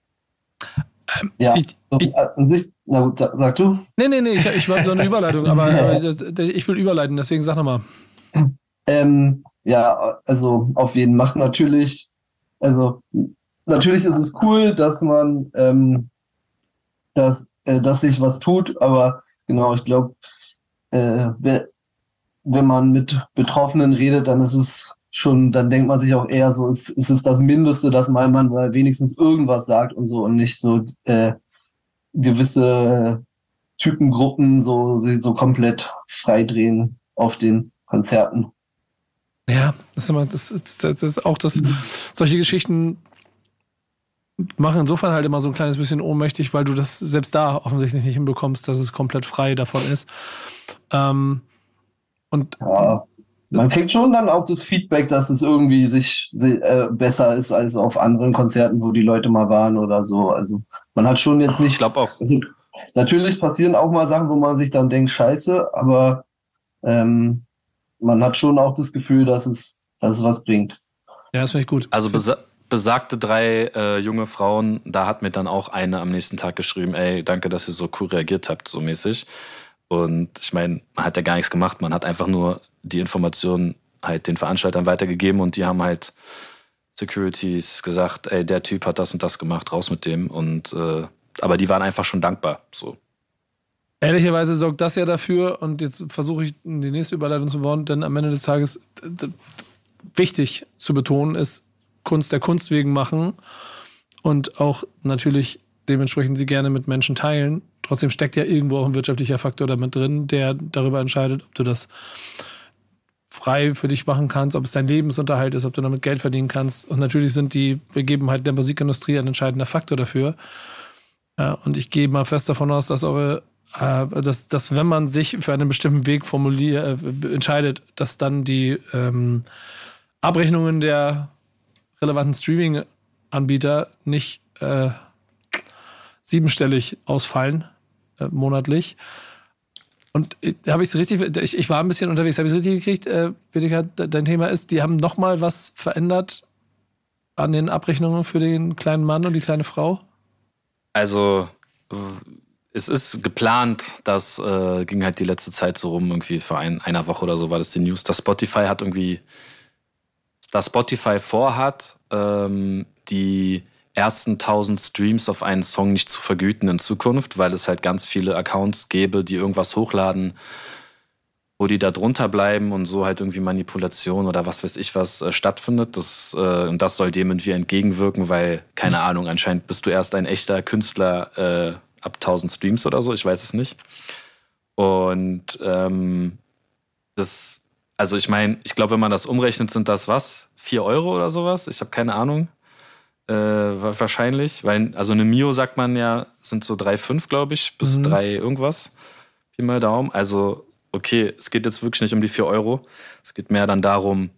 Ähm, Ja, ich, so, ich, an sich, na gut, sa- sag du. nee, nee, nee, ich, ich war so eine Überleitung, aber, aber das, das, ich will überleiten, deswegen sag nochmal. Ähm, ja, also auf jeden macht natürlich, also natürlich ist es cool, dass man, ähm, dass, äh, dass sich was tut, aber genau, ich glaube, äh, we- wenn man mit Betroffenen redet, dann ist es schon, dann denkt man sich auch eher so, es, es ist das Mindeste, dass man, man mal wenigstens irgendwas sagt und so und nicht so äh, gewisse äh, Typengruppen so, sie so komplett freidrehen auf den Konzerten. Ja, das ist immer, das ist, das ist auch das, solche Geschichten machen insofern halt immer so ein kleines bisschen ohnmächtig, weil du das selbst da offensichtlich nicht hinbekommst, dass es komplett frei davon ist. Ähm, und Ja, man kriegt schon dann auch das Feedback, dass es irgendwie sich se- äh, besser ist als auf anderen Konzerten, wo die Leute mal waren oder so. Also man hat schon jetzt nicht. Ich glaube auch, Also natürlich passieren auch mal Sachen, wo man sich dann denkt, scheiße, aber ähm, man hat schon auch das Gefühl, dass es, dass es was bringt. ja, das finde ich gut. also besa besagte drei äh, junge Frauen, da hat mir dann auch eine am nächsten Tag geschrieben, ey, danke, dass ihr so cool reagiert habt, so mäßig. Und ich meine, man hat ja gar nichts gemacht, man hat einfach nur die Informationen halt den Veranstaltern weitergegeben und die haben halt Securities gesagt, ey, der Typ hat das und das gemacht, raus mit dem. Und äh, aber die waren einfach schon dankbar. So. Ehrlicherweise sorgt das ja dafür, und jetzt versuche ich in die nächste Überleitung zu bauen, denn am Ende des Tages d- d- wichtig zu betonen ist, Kunst der Kunst wegen machen und auch natürlich dementsprechend sie gerne mit Menschen teilen. Trotzdem steckt ja irgendwo auch ein wirtschaftlicher Faktor damit drin, der darüber entscheidet, ob du das frei für dich machen kannst, ob es dein Lebensunterhalt ist, ob du damit Geld verdienen kannst. Und natürlich sind die Begebenheiten der Musikindustrie ein entscheidender Faktor dafür. Ja, und ich gehe mal fest davon aus, dass eure äh, dass, dass wenn man sich für einen bestimmten Weg formuliert, äh, entscheidet, dass dann die ähm, Abrechnungen der relevanten Streaming-Anbieter nicht äh, siebenstellig ausfallen, äh, monatlich. Und äh, habe ich es richtig, ich, ich war ein bisschen unterwegs, habe ich es richtig gekriegt, äh, Bideka, dein Thema ist, die haben nochmal was verändert an den Abrechnungen für den kleinen Mann und die kleine Frau? Also äh, es ist geplant, das äh, ging halt die letzte Zeit so rum, irgendwie vor ein, einer Woche oder so war das die News, dass Spotify hat irgendwie, dass Spotify vorhat, ähm, die ersten tausend Streams auf einen Song nicht zu vergüten in Zukunft, weil es halt ganz viele Accounts gäbe, die irgendwas hochladen, wo die da drunter bleiben und so halt irgendwie Manipulation oder was weiß ich was äh, stattfindet. Das, äh, und das soll dem irgendwie entgegenwirken, weil, keine Ahnung, anscheinend bist du erst ein echter Künstler äh, ab tausend Streams oder so, ich weiß es nicht. Und ähm, das Also ich meine, ich glaube, wenn man das umrechnet, sind das was? vier Euro oder sowas? Ich habe keine Ahnung. Äh, wahrscheinlich. Weil, also eine Mio, sagt man ja, sind so drei Komma fünf, glaube ich, bis Mhm. drei irgendwas. Pi mal Daumen. Also, okay, es geht jetzt wirklich nicht um die vier Euro. Es geht mehr dann darum,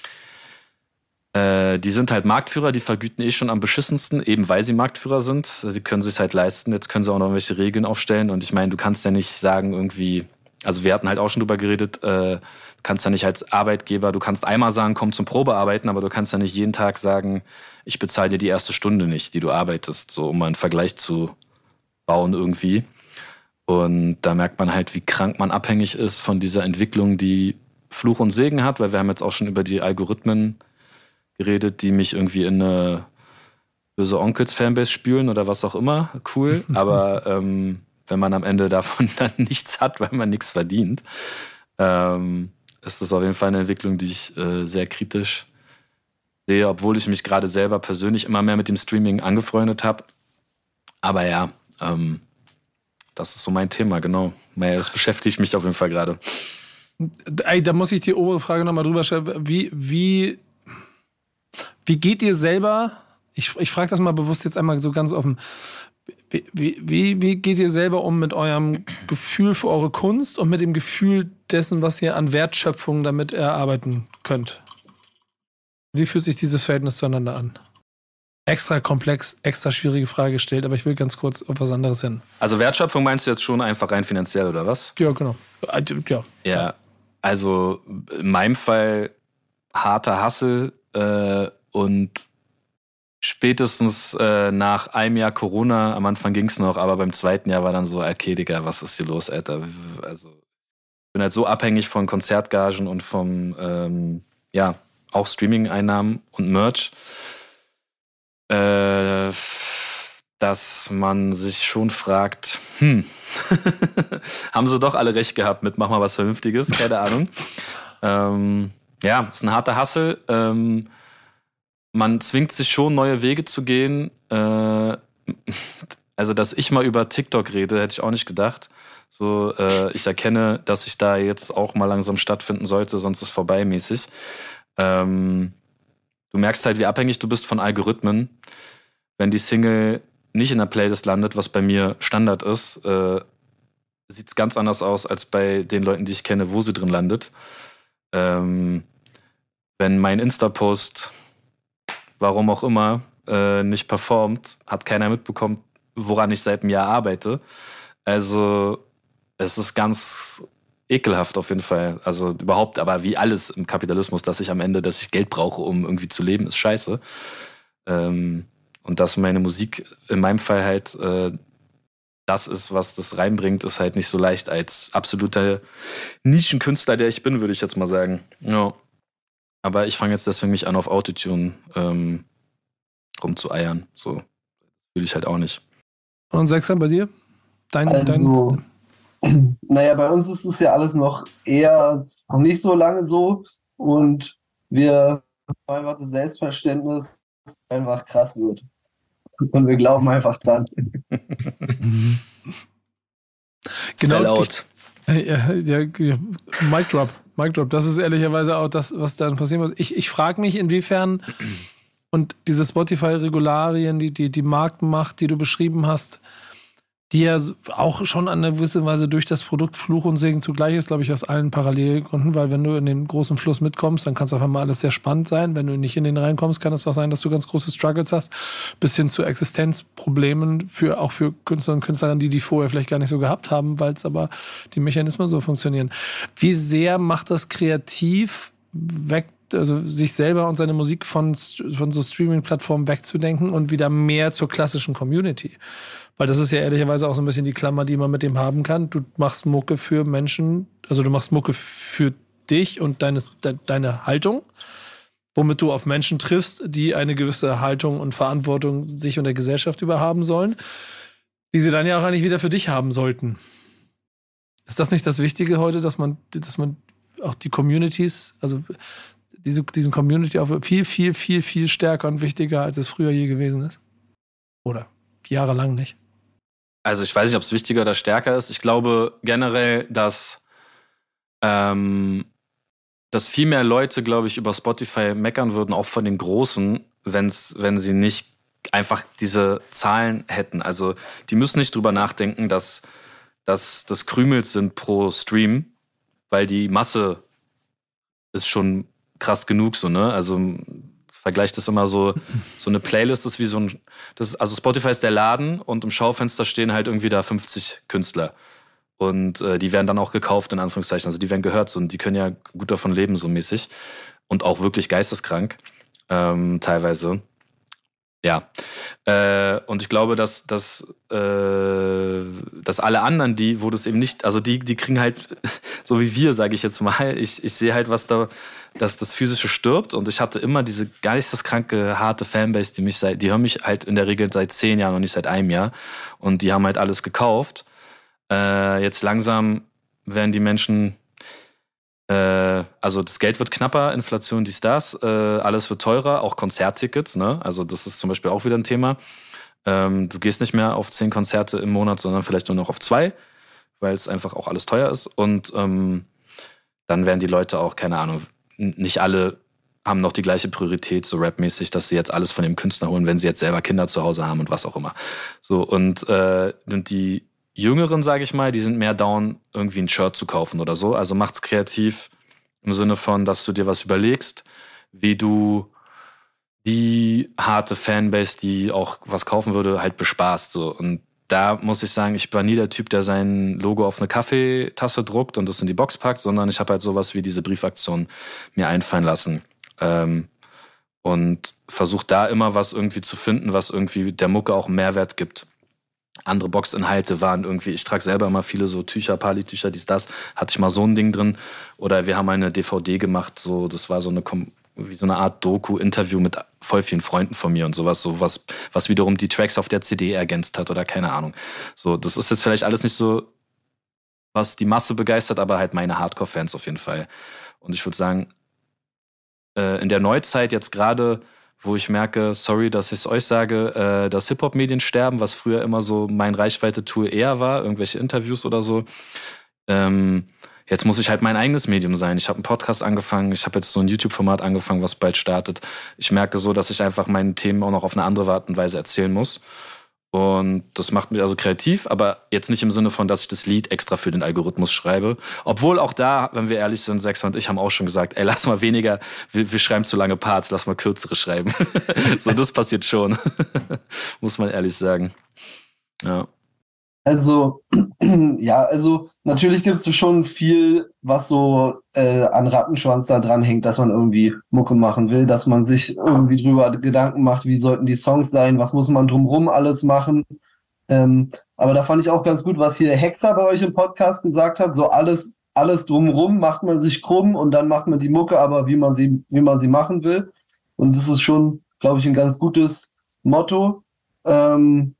äh, die sind halt Marktführer, die vergüten eh schon am beschissensten, eben weil sie Marktführer sind. Die können sich halt leisten. Jetzt können sie auch noch irgendwelche Regeln aufstellen. Und ich meine, du kannst ja nicht sagen, irgendwie, also wir hatten halt auch schon drüber geredet, äh, du kannst ja nicht als Arbeitgeber, du kannst einmal sagen, komm zum Probearbeiten, aber du kannst ja nicht jeden Tag sagen, ich bezahle dir die erste Stunde nicht, die du arbeitest, so um mal einen Vergleich zu bauen irgendwie. Und da merkt man halt, wie krank man abhängig ist von dieser Entwicklung, die Fluch und Segen hat, weil wir haben jetzt auch schon über die Algorithmen geredet, die mich irgendwie in eine böse Onkels-Fanbase spülen oder was auch immer. Cool, aber ähm, wenn man am Ende davon dann nichts hat, weil man nichts verdient, ähm, ist das auf jeden Fall eine Entwicklung, die ich äh, sehr kritisch sehe, obwohl ich mich gerade selber persönlich immer mehr mit dem Streaming angefreundet habe. Aber ja, ähm, das ist so mein Thema, genau. Das beschäftigt mich auf jeden Fall gerade. Ey, da muss ich die obere Frage nochmal drüber stellen. Wie, wie, wie geht ihr selber, ich, ich frage das mal bewusst jetzt einmal so ganz offen, wie, wie, wie geht ihr selber um mit eurem Gefühl für eure Kunst und mit dem Gefühl dessen, was ihr an Wertschöpfung damit erarbeiten könnt? Wie fühlt sich dieses Verhältnis zueinander an? Extra komplex, extra schwierige Frage gestellt, aber ich will ganz kurz auf was anderes hin. Also Wertschöpfung meinst du jetzt schon einfach rein finanziell, oder was? Ja, genau. Ja, ja also in meinem Fall harter Hustle äh, und spätestens äh, nach einem Jahr Corona, am Anfang ging es noch, aber beim zweiten Jahr war dann so, okay, Digga, was ist hier los, Alter? Also ich bin halt so abhängig von Konzertgagen und vom, ähm, ja, auch Streaming-Einnahmen und Merch, äh, dass man sich schon fragt, hm, haben sie doch alle recht gehabt mit mach mal was Vernünftiges, keine Ahnung. ähm, ja, ist ein harter Hustle. Ähm, man zwingt sich schon, neue Wege zu gehen. Äh, also, dass ich mal über TikTok rede, hätte ich auch nicht gedacht. So, äh, ich erkenne, dass ich da jetzt auch mal langsam stattfinden sollte, sonst ist vorbei mäßig. Ähm, du merkst halt, wie abhängig du bist von Algorithmen. Wenn die Single nicht in der Playlist landet, was bei mir Standard ist, äh, sieht es ganz anders aus als bei den Leuten, die ich kenne, wo sie drin landet. Ähm, wenn mein Insta-Post, warum auch immer, äh, nicht performt, hat keiner mitbekommen, woran ich seit einem Jahr arbeite. Also es ist ganz ekelhaft auf jeden Fall. Also überhaupt, aber wie alles im Kapitalismus, dass ich am Ende, dass ich Geld brauche, um irgendwie zu leben, ist scheiße. Ähm, und dass meine Musik in meinem Fall halt äh, das ist, was das reinbringt, ist halt nicht so leicht als absoluter Nischenkünstler, der ich bin, würde ich jetzt mal sagen. Ja. Aber ich fange jetzt deswegen nicht an, auf Autotune ähm, rumzueiern. So fühle ich halt auch nicht. Und Sechser, bei dir? Dein, also, dein... naja, bei uns ist es ja alles noch eher, noch nicht so lange so. Und wir haben einfach das Selbstverständnis, dass es einfach krass wird. Und wir glauben einfach dran. Genau. Sellout. Ja, ja, ja, Mic Drop. Mic Drop. Das ist ehrlicherweise auch das, was dann passieren muss. Ich, ich frage mich, inwiefern und diese Spotify-Regularien, die, die, die Marktmacht, die du beschrieben hast, die ja auch schon an einer gewissen Weise durch das Produkt Fluch und Segen zugleich ist, glaube ich, aus allen Parallelgründen, weil wenn du in den großen Fluss mitkommst, dann kann es auf einmal alles sehr spannend sein. Wenn du nicht in den reinkommst, kann es auch sein, dass du ganz große Struggles hast, bis hin zu Existenzproblemen, für, auch für Künstler und Künstlerinnen, die die vorher vielleicht gar nicht so gehabt haben, weil es aber die Mechanismen so funktionieren. Wie sehr macht das kreativ weg, also sich selber und seine Musik von, von so Streaming-Plattformen wegzudenken und wieder mehr zur klassischen Community? Weil das ist ja ehrlicherweise auch so ein bisschen die Klammer, die man mit dem haben kann. Du machst Mucke für Menschen, also du machst Mucke für dich und deine, de, deine Haltung, womit du auf Menschen triffst, die eine gewisse Haltung und Verantwortung sich und der Gesellschaft überhaben sollen, die sie dann ja auch eigentlich wieder für dich haben sollten. Ist das nicht das Wichtige heute, dass man, dass man auch die Communities, also diese, diesen Community auch viel, viel, viel, viel stärker und wichtiger, als es früher je gewesen ist? Oder jahrelang nicht? Also ich weiß nicht, ob es wichtiger oder stärker ist. Ich glaube generell, dass, ähm, dass viel mehr Leute, glaube ich, über Spotify meckern würden, auch von den Großen, wenn's, wenn sie nicht einfach diese Zahlen hätten. Also die müssen nicht drüber nachdenken, dass, dass das Krümels sind pro Stream, weil die Masse ist schon krass genug so, ne? Also vergleicht das immer so, so eine Playlist ist wie so ein, das ist, also Spotify ist der Laden und im Schaufenster stehen halt irgendwie da fünfzig Künstler. Und äh, die werden dann auch gekauft, in Anführungszeichen. Also die werden gehört so, und die können ja gut davon leben, so mäßig. Und auch wirklich geisteskrank, ähm, teilweise. Ja. Äh, und ich glaube, dass, dass, äh, dass alle anderen, die, wo das eben nicht, also die, die kriegen halt, so wie wir, sage ich jetzt mal, ich, ich sehe halt, was da, dass das Physische stirbt. Und ich hatte immer diese geisteskranke, harte Fanbase, die mich seit, die hören mich halt in der Regel seit zehn Jahren und nicht seit einem Jahr. Und die haben halt alles gekauft. Äh, jetzt langsam werden die Menschen, äh, also das Geld wird knapper, Inflation, dies, das, äh, alles wird teurer, auch Konzerttickets, ne? Also das ist zum Beispiel auch wieder ein Thema. Ähm, du gehst nicht mehr auf zehn Konzerte im Monat, sondern vielleicht nur noch auf zwei, weil es einfach auch alles teuer ist. Und ähm, dann werden die Leute auch, keine Ahnung, n- nicht alle haben noch die gleiche Priorität, so rapmäßig, dass sie jetzt alles von dem Künstler holen, wenn sie jetzt selber Kinder zu Hause haben und was auch immer. So, und, äh, und die Jüngeren, sage ich mal, die sind mehr down, irgendwie ein Shirt zu kaufen oder so. Also macht's kreativ im Sinne von, dass du dir was überlegst, wie du die harte Fanbase, die auch was kaufen würde, halt bespaßt. So. Und da muss ich sagen, ich war nie der Typ, der sein Logo auf eine Kaffeetasse druckt und das in die Box packt, sondern ich habe halt sowas wie diese Briefaktion mir einfallen lassen. Ähm, und versuche da immer was irgendwie zu finden, was irgendwie der Mucke auch Mehrwert gibt. Andere Boxinhalte waren irgendwie, ich trage selber immer viele so Tücher, Pali-Tücher, dies, das, hatte ich mal so ein Ding drin. Oder wir haben eine D V D gemacht, so, das war so eine, wie so eine Art Doku-Interview mit voll vielen Freunden von mir und sowas, so was, was wiederum die Tracks auf der C D ergänzt hat oder keine Ahnung. So, das ist jetzt vielleicht alles nicht so, was die Masse begeistert, aber halt meine Hardcore-Fans auf jeden Fall. Und ich würde sagen, äh, in der Neuzeit jetzt gerade, wo ich merke, sorry, dass ich es euch sage, äh, dass Hip-Hop-Medien sterben, was früher immer so mein Reichweite-Tool eher war, irgendwelche Interviews oder so. Ähm, jetzt muss ich halt mein eigenes Medium sein. Ich habe einen Podcast angefangen, ich habe jetzt so ein YouTube-Format angefangen, was bald startet. Ich merke so, dass ich einfach meine Themen auch noch auf eine andere Art und Weise erzählen muss. Und das macht mich also kreativ, aber jetzt nicht im Sinne von, dass ich das Lied extra für den Algorithmus schreibe. Obwohl auch da, wenn wir ehrlich sind, Sechser und ich haben auch schon gesagt, ey, lass mal weniger, wir, wir schreiben zu lange Parts, lass mal kürzere schreiben. So, das passiert schon. Muss man ehrlich sagen. Ja. Also, ja, also natürlich gibt es schon viel, was so äh, an Rattenschwanz da dran hängt, dass man irgendwie Mucke machen will, dass man sich irgendwie drüber Gedanken macht, wie sollten die Songs sein, was muss man drumrum alles machen. Ähm, aber da fand ich auch ganz gut, was hier Hexer bei euch im Podcast gesagt hat, so alles, alles drumrum macht man sich krumm und dann macht man die Mucke aber, wie man sie, wie man sie machen will. Und das ist schon, glaube ich, ein ganz gutes Motto. Ähm,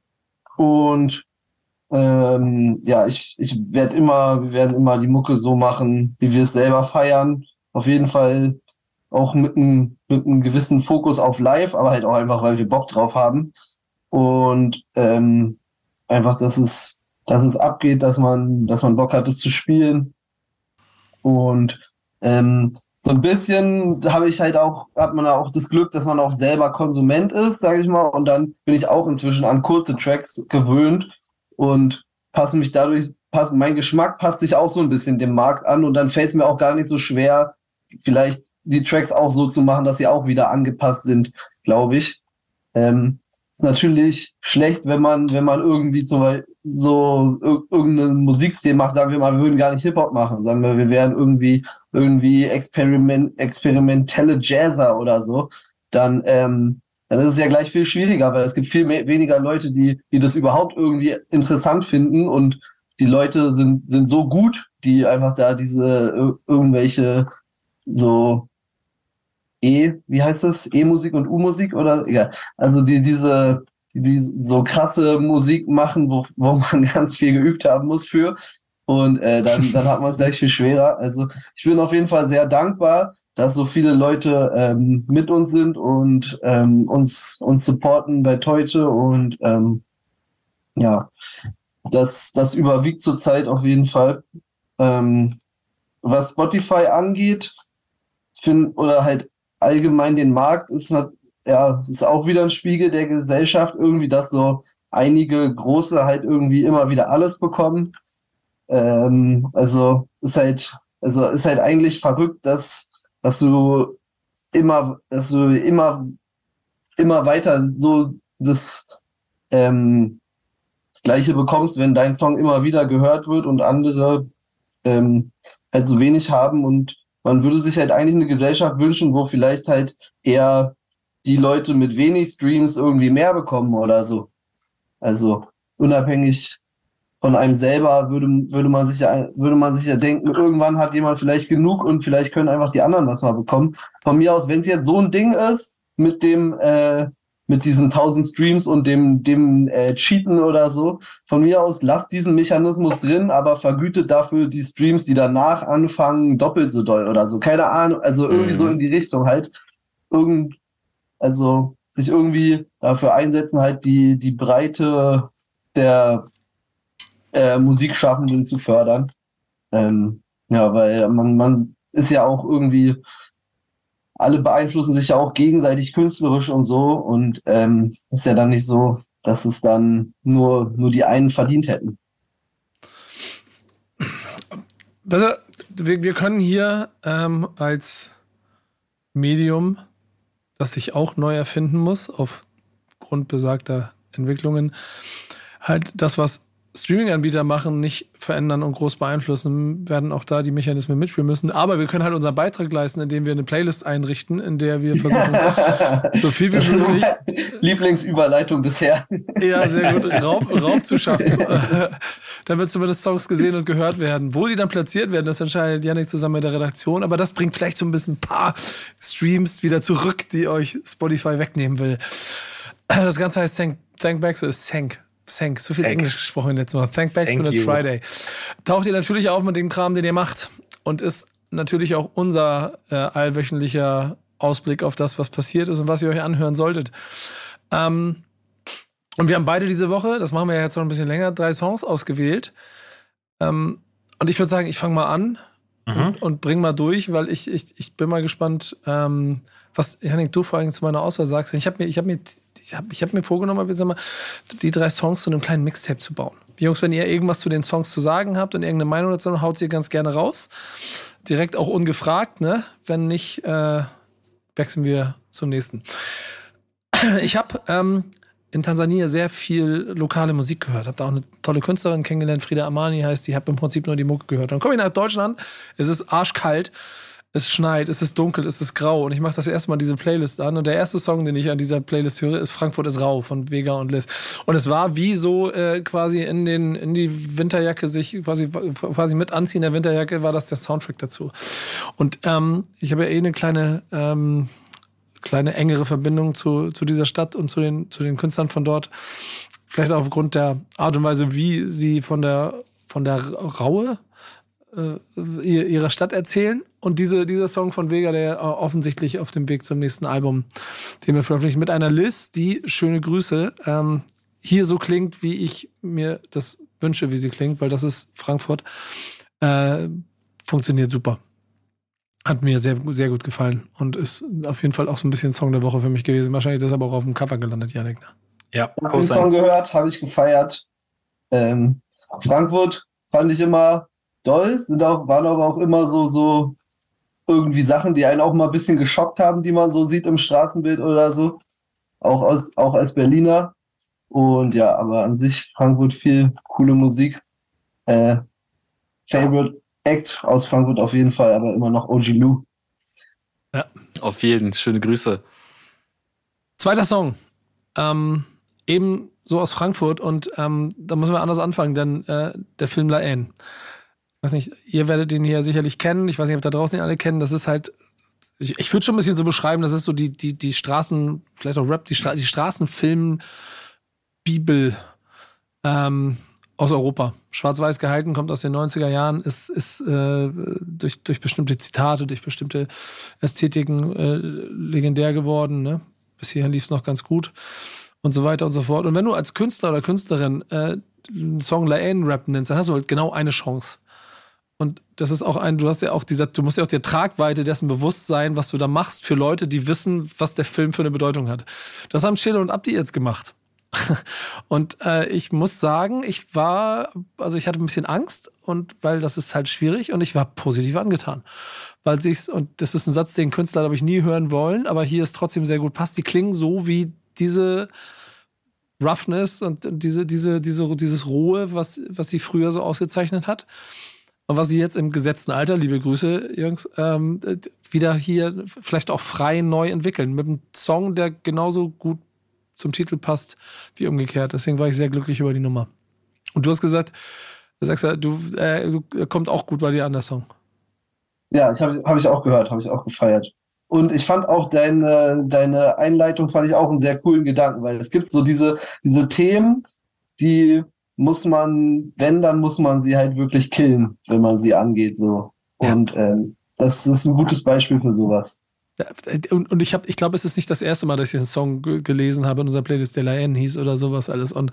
und Ähm, ja, ich, ich werde immer, wir werden immer die Mucke so machen, wie wir es selber feiern. Auf jeden Fall auch mit einem mit einem gewissen Fokus auf Live, aber halt auch einfach, weil wir Bock drauf haben. Und ähm, einfach, dass es, dass es abgeht, dass man, dass man Bock hat, es zu spielen. Und ähm, so ein bisschen habe ich halt auch, hat man auch das Glück, dass man auch selber Konsument ist, sage ich mal. Und dann bin ich auch inzwischen an kurze Tracks gewöhnt. Und passen mich dadurch, passen, mein Geschmack passt sich auch so ein bisschen dem Markt an und dann fällt es mir auch gar nicht so schwer, vielleicht die Tracks auch so zu machen, dass sie auch wieder angepasst sind, glaube ich. Ähm, ist natürlich schlecht, wenn man, wenn man irgendwie zum Beispiel so ir- irgendeinen Musikstil macht, sagen wir mal, wir würden gar nicht Hip-Hop machen, sagen wir, wir wären irgendwie, irgendwie experiment, experimentelle Jazzer oder so, dann, ähm, dann ist es ja gleich viel schwieriger, weil es gibt viel mehr, weniger Leute, die, die das überhaupt irgendwie interessant finden und die Leute sind, sind so gut, die einfach da diese ir- irgendwelche so E, wie heißt das? E-Musik und U-Musik oder egal. Also die, diese, die, die so krasse Musik machen, wo, wo man ganz viel geübt haben muss für. Und äh, dann, dann hat man es gleich viel schwerer. Also ich bin auf jeden Fall sehr dankbar, dass so viele Leute ähm, mit uns sind und ähm, uns, uns supporten bei Teute und ähm, ja, das, das überwiegt zurzeit auf jeden Fall. Ähm, was Spotify angeht, find, oder halt allgemein den Markt, ist, nat- ja, ist auch wieder ein Spiegel der Gesellschaft irgendwie, dass so einige Große halt irgendwie immer wieder alles bekommen. Ähm, also ist halt, also ist halt eigentlich verrückt, dass dass du immer, dass du immer, immer weiter so das, ähm, das Gleiche bekommst, wenn dein Song immer wieder gehört wird und andere ähm, halt so wenig haben. Und man würde sich halt eigentlich eine Gesellschaft wünschen, wo vielleicht halt eher die Leute mit wenig Streams irgendwie mehr bekommen oder so. Also unabhängig von einem selber würde, würde man sich ja, würde man sich ja denken, irgendwann hat jemand vielleicht genug und vielleicht können einfach die anderen was mal bekommen. Von mir aus, wenn es jetzt so ein Ding ist, mit dem, äh, mit diesen tausend Streams und dem, dem äh, Cheaten oder so. Von mir aus, lasst diesen Mechanismus drin, aber vergütet dafür die Streams, die danach anfangen, doppelt so doll oder so. Keine Ahnung, also irgendwie Mhm. so in die Richtung halt. Irgend, also sich irgendwie dafür einsetzen, halt die, die Breite der äh, Musikschaffenden zu fördern. Ähm, ja, weil man, man ist ja auch irgendwie, alle beeinflussen sich ja auch gegenseitig künstlerisch und so und ähm, ist ja dann nicht so, dass es dann nur, nur die einen verdient hätten. Also, wir, wir können hier ähm, als Medium, das sich auch neu erfinden muss, aufgrund besagter Entwicklungen, halt das, was Streaming-Anbieter machen, nicht verändern und groß beeinflussen, werden auch da die Mechanismen mitspielen müssen. Aber wir können halt unseren Beitrag leisten, indem wir eine Playlist einrichten, in der wir versuchen, so viel wie möglich Lieblingsüberleitung bisher. Ja, sehr gut. Raum, Raum zu schaffen. Damit zumindest Songs gesehen und gehört werden. Wo die dann platziert werden, das entscheidet Yannick zusammen mit der Redaktion. Aber das bringt vielleicht so ein bisschen ein paar Streams wieder zurück, die euch Spotify wegnehmen will. Das Ganze heißt Thank, Thank Back, so ist Thank. Thank. So viel Thank. Englisch gesprochen letztes Mal. Thank Back, Thank it's you. Friday. Taucht ihr natürlich auf mit dem Kram, den ihr macht. Und ist natürlich auch unser äh, allwöchentlicher Ausblick auf das, was passiert ist und was ihr euch anhören solltet. Ähm, Und wir haben beide diese Woche, das machen wir ja jetzt noch ein bisschen länger, drei Songs ausgewählt. Ähm, und ich würde sagen, ich fange mal an Mhm. und, und bring mal durch, weil ich, ich, ich bin mal gespannt, ähm, was, Janik, du vor allem zu meiner Auswahl sagst. Ich habe mir, ich hab mir, ich hab, ich hab mir vorgenommen, jetzt mal, die drei Songs zu einem kleinen Mixtape zu bauen. Jungs, wenn ihr irgendwas zu den Songs zu sagen habt und irgendeine Meinung dazu, haut sie ganz gerne raus. Direkt auch ungefragt, ne? Wenn nicht, äh, wechseln wir zum nächsten. Ich habe ähm, in Tansania sehr viel lokale Musik gehört. Hab da auch eine tolle Künstlerin kennengelernt, Frieda Amani heißt, die habe im Prinzip nur die Mucke gehört. Dann komme ich nach Deutschland, es ist arschkalt, es schneit, es ist dunkel, es ist grau und ich mache das erste Mal diese Playlist an und der erste Song, den ich an dieser Playlist höre, ist Frankfurt ist rau von Vega und Liz. Und es war wie so äh, quasi in den in die Winterjacke sich quasi quasi mit Anziehen der Winterjacke war das der Soundtrack dazu. Und ähm, ich habe ja eh eine kleine ähm, kleine engere Verbindung zu, zu dieser Stadt und zu den, zu den Künstlern von dort. Vielleicht auch aufgrund der Art und Weise, wie sie von der, von der Raue äh, ihrer Stadt erzählen. Und diese, dieser Song von Vega, der offensichtlich auf dem Weg zum nächsten Album, den wir veröffentlichen, mit einer Liz, die, schöne Grüße, ähm, hier so klingt, wie ich mir das wünsche, wie sie klingt, weil das ist Frankfurt. Äh, funktioniert super. Hat mir sehr, sehr gut gefallen und ist auf jeden Fall auch so ein bisschen Song der Woche für mich gewesen. Wahrscheinlich deshalb auch auf dem Cover gelandet, Janik. Ne? Ja, Ich habe den Song gehört, habe ich gefeiert. Ähm, Frankfurt fand ich immer doll, sind auch, waren aber auch immer so, so irgendwie Sachen, die einen auch mal ein bisschen geschockt haben, die man so sieht im Straßenbild oder so. Auch, aus, auch als Berliner. Und ja, aber an sich Frankfurt viel coole Musik. Äh, Favorite Act aus Frankfurt auf jeden Fall, aber immer noch O G Lou. Ja. Auf jeden. Schöne Grüße. Zweiter Song. Ähm, eben so aus Frankfurt und ähm, da müssen wir anders anfangen, denn äh, der Film La Haine. Ich weiß nicht, ihr werdet den hier sicherlich kennen. Ich weiß nicht, ob da draußen ihn alle kennen. Das ist halt, ich, ich würde schon ein bisschen so beschreiben, das ist so die, die, die Straßen, vielleicht auch Rap, die, Stra- die Straßenfilm-Bibel ähm, aus Europa. Schwarz-weiß gehalten, kommt aus den neunziger Jahren, ist, ist äh, durch, durch bestimmte Zitate, durch bestimmte Ästhetiken äh, legendär geworden. Ne? Bis hierhin lief es noch ganz gut und so weiter und so fort. Und wenn du als Künstler oder Künstlerin äh, einen Song La Haine rappen nennst, dann hast du halt genau eine Chance. Und das ist auch ein, du hast ja auch dieser, du musst ja auch der Tragweite dessen bewusst sein, was du da machst für Leute, die wissen, was der Film für eine Bedeutung hat. Das haben Chelo und Abdi jetzt gemacht. Und äh, ich muss sagen, ich war, also ich hatte ein bisschen Angst und weil das ist halt schwierig und ich war positiv angetan. Weil sich's, und das ist ein Satz, den Künstler habe ich nie hören wollen, aber hier ist trotzdem sehr gut passt. Die klingen so wie diese Roughness und diese, diese, diese, dieses Rohe, was, was sie früher so ausgezeichnet hat. Und was sie jetzt im gesetzten Alter, liebe Grüße, Jungs, ähm, wieder hier vielleicht auch frei neu entwickeln. Mit einem Song, der genauso gut zum Titel passt wie umgekehrt. Deswegen war ich sehr glücklich über die Nummer. Und du hast gesagt, du sagst ja, du, äh, du kommt auch gut bei dir an, der Song. Ja, ich habe hab ich auch gehört, habe ich auch gefeiert. Und ich fand auch deine, deine Einleitung fand ich auch einen sehr coolen Gedanken, weil es gibt so diese, diese Themen, die muss man, wenn, dann muss man sie halt wirklich killen, wenn man sie angeht, so. Ja. Und ähm, das ist ein gutes Beispiel für sowas. Ja, und, und ich habe, ich glaube, es ist nicht das erste Mal, dass ich den Song g- gelesen habe in unserer Playlist, der La N hieß oder sowas alles. Und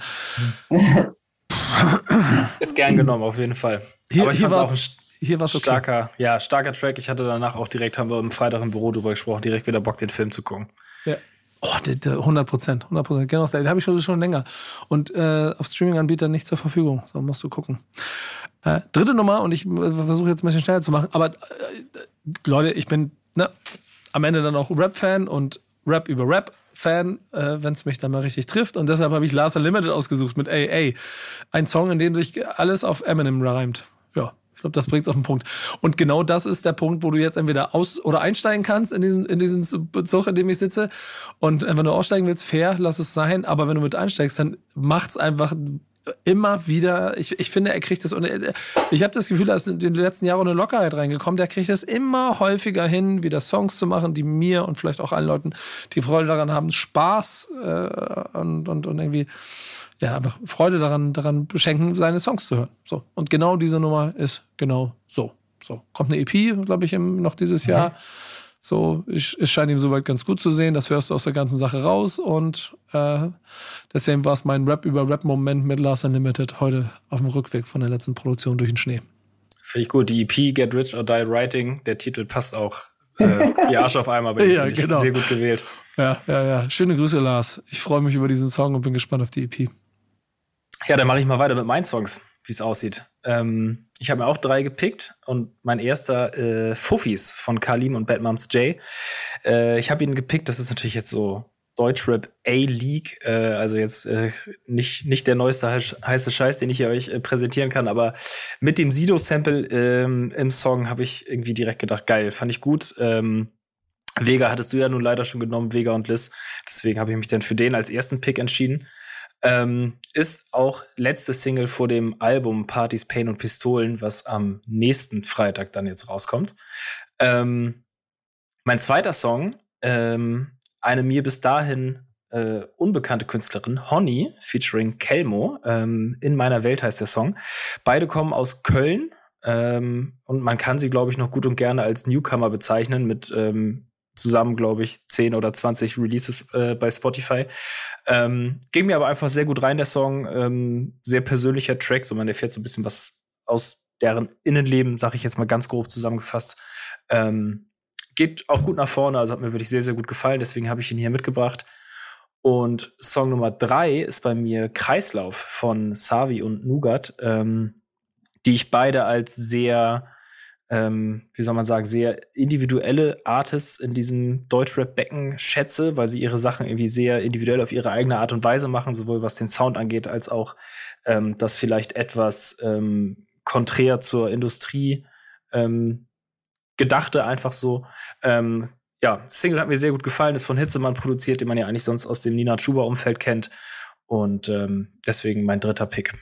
ist gern genommen, auf jeden Fall. Hier, Aber ich hier fand es war's, auch ein hier war's okay. starker, ja, starker Track. Ich hatte danach auch direkt, haben wir am Freitag im Büro drüber gesprochen, direkt wieder Bock, den Film zu gucken. Ja. Oh, der, der hundert Prozent, hundert Prozent. Genau, den habe ich schon, schon länger. Und äh, auf Streaming-Anbietern nicht zur Verfügung. So, musst du gucken. Äh, dritte Nummer, und ich äh, versuche jetzt ein bisschen schneller zu machen, aber äh, Leute, ich bin ne, am Ende dann auch Rap-Fan und Rap über Rap-Fan, äh, wenn es mich dann mal richtig trifft. Und deshalb habe ich Lars Unlimited ausgesucht mit A A. Ein Song, in dem sich alles auf Eminem reimt. Ja. Ich glaube, das bringt's auf den Punkt. Und genau das ist der Punkt, wo du jetzt entweder aus- oder einsteigen kannst in diesen, in diesen Zug, in dem ich sitze. Und wenn du aussteigen willst, fair, lass es sein. Aber wenn du mit einsteigst, dann macht's einfach immer wieder. Ich, ich finde, er kriegt das. Und ich habe das Gefühl, da ist in den letzten Jahren eine Lockerheit reingekommen. Der kriegt es immer häufiger hin, wieder Songs zu machen, die mir und vielleicht auch allen Leuten, die Freude daran haben, Spaß äh, und, und, und irgendwie ja, einfach Freude daran, daran beschenken, seine Songs zu hören. So. Und genau diese Nummer ist genau so. So. Kommt eine E P, glaube ich, im, noch dieses Jahr. Mhm. So, ich, es scheint ihm soweit ganz gut zu sehen. Das hörst du aus der ganzen Sache raus. Und äh, deswegen war es mein Rap über Rap-Moment mit Lars Unlimited heute auf dem Rückweg von der letzten Produktion durch den Schnee. Finde ich gut. Die E P Get Rich or Die Writing, der Titel passt auch äh, wie Arsch auf einmal, aber ja, finde ich genau. sehr gut gewählt. Ja, ja, ja. Schöne Grüße, Lars. Ich freue mich über diesen Song und bin gespannt auf die E P. Ja, dann mache ich mal weiter mit meinen Songs, wie es aussieht. Ähm, ich habe mir auch drei gepickt und mein erster äh, Fuffis von Kalim und Bad Moms J. Äh, ich habe ihn gepickt, das ist natürlich jetzt so Deutschrap A-League, äh, also jetzt äh, nicht, nicht der neueste heiße Scheiß, den ich hier euch äh, präsentieren kann, aber mit dem Sido-Sample ähm, im Song habe ich irgendwie direkt gedacht, geil, fand ich gut. Ähm, Vega hattest du ja nun leider schon genommen, Vega und Liz, deswegen habe ich mich dann für den als ersten Pick entschieden. Ähm, ist auch letzte Single vor dem Album Partys, Pain und Pistolen, was am nächsten Freitag dann jetzt rauskommt. Ähm, mein zweiter Song, ähm, eine mir bis dahin äh, unbekannte Künstlerin, Honey, featuring Kelmo, ähm, In meiner Welt heißt der Song. Beide kommen aus Köln ähm, und man kann sie, glaube ich, noch gut und gerne als Newcomer bezeichnen mit ähm, zusammen, glaube ich, zehn oder zwanzig Releases äh, bei Spotify. Ähm, ging mir aber einfach sehr gut rein, der Song. Ähm, sehr persönlicher Track, so man erfährt so ein bisschen was aus deren Innenleben, sage ich jetzt mal ganz grob zusammengefasst. Ähm, geht auch gut nach vorne, also hat mir wirklich sehr, sehr gut gefallen, deswegen habe ich ihn hier mitgebracht. Und Song Nummer drei ist bei mir Kreislauf von Savi und Nougat, ähm, die ich beide als sehr Ähm, wie soll man sagen, sehr individuelle Artists in diesem Deutschrap-Becken schätze, weil sie ihre Sachen irgendwie sehr individuell auf ihre eigene Art und Weise machen, sowohl was den Sound angeht, als auch ähm, das vielleicht etwas ähm, konträr zur Industrie ähm, gedachte, einfach so. Ähm, ja, Single hat mir sehr gut gefallen, ist von Hitzemann produziert, den man ja eigentlich sonst aus dem Nina Chuba-Umfeld kennt. Und ähm, deswegen mein dritter Pick.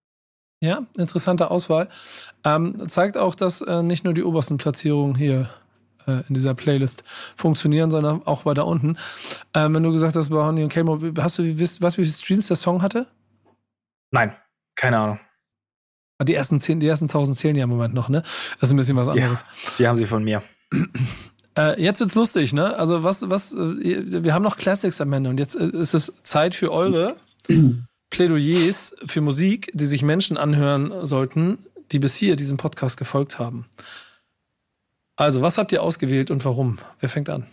Ja, interessante Auswahl. Ähm, zeigt auch, dass äh, nicht nur die obersten Platzierungen hier äh, in dieser Playlist funktionieren, sondern auch weiter unten. Ähm, wenn du gesagt hast, bei Honey und Kelmo, hast du weißt, was, wie viele Streams der Song hatte? Nein, keine Ahnung. Die ersten zehn, die ersten tausend zählen ja im Moment noch, ne? Das ist ein bisschen was anderes. Ja, die haben sie von mir. Äh, jetzt wird's lustig, ne? Also was, was, äh, wir haben noch Classics am Ende und jetzt äh, ist es Zeit für eure Plädoyers für Musik, die sich Menschen anhören sollten, die bis hier diesem Podcast gefolgt haben. Also, was habt ihr ausgewählt und warum? Wer fängt an?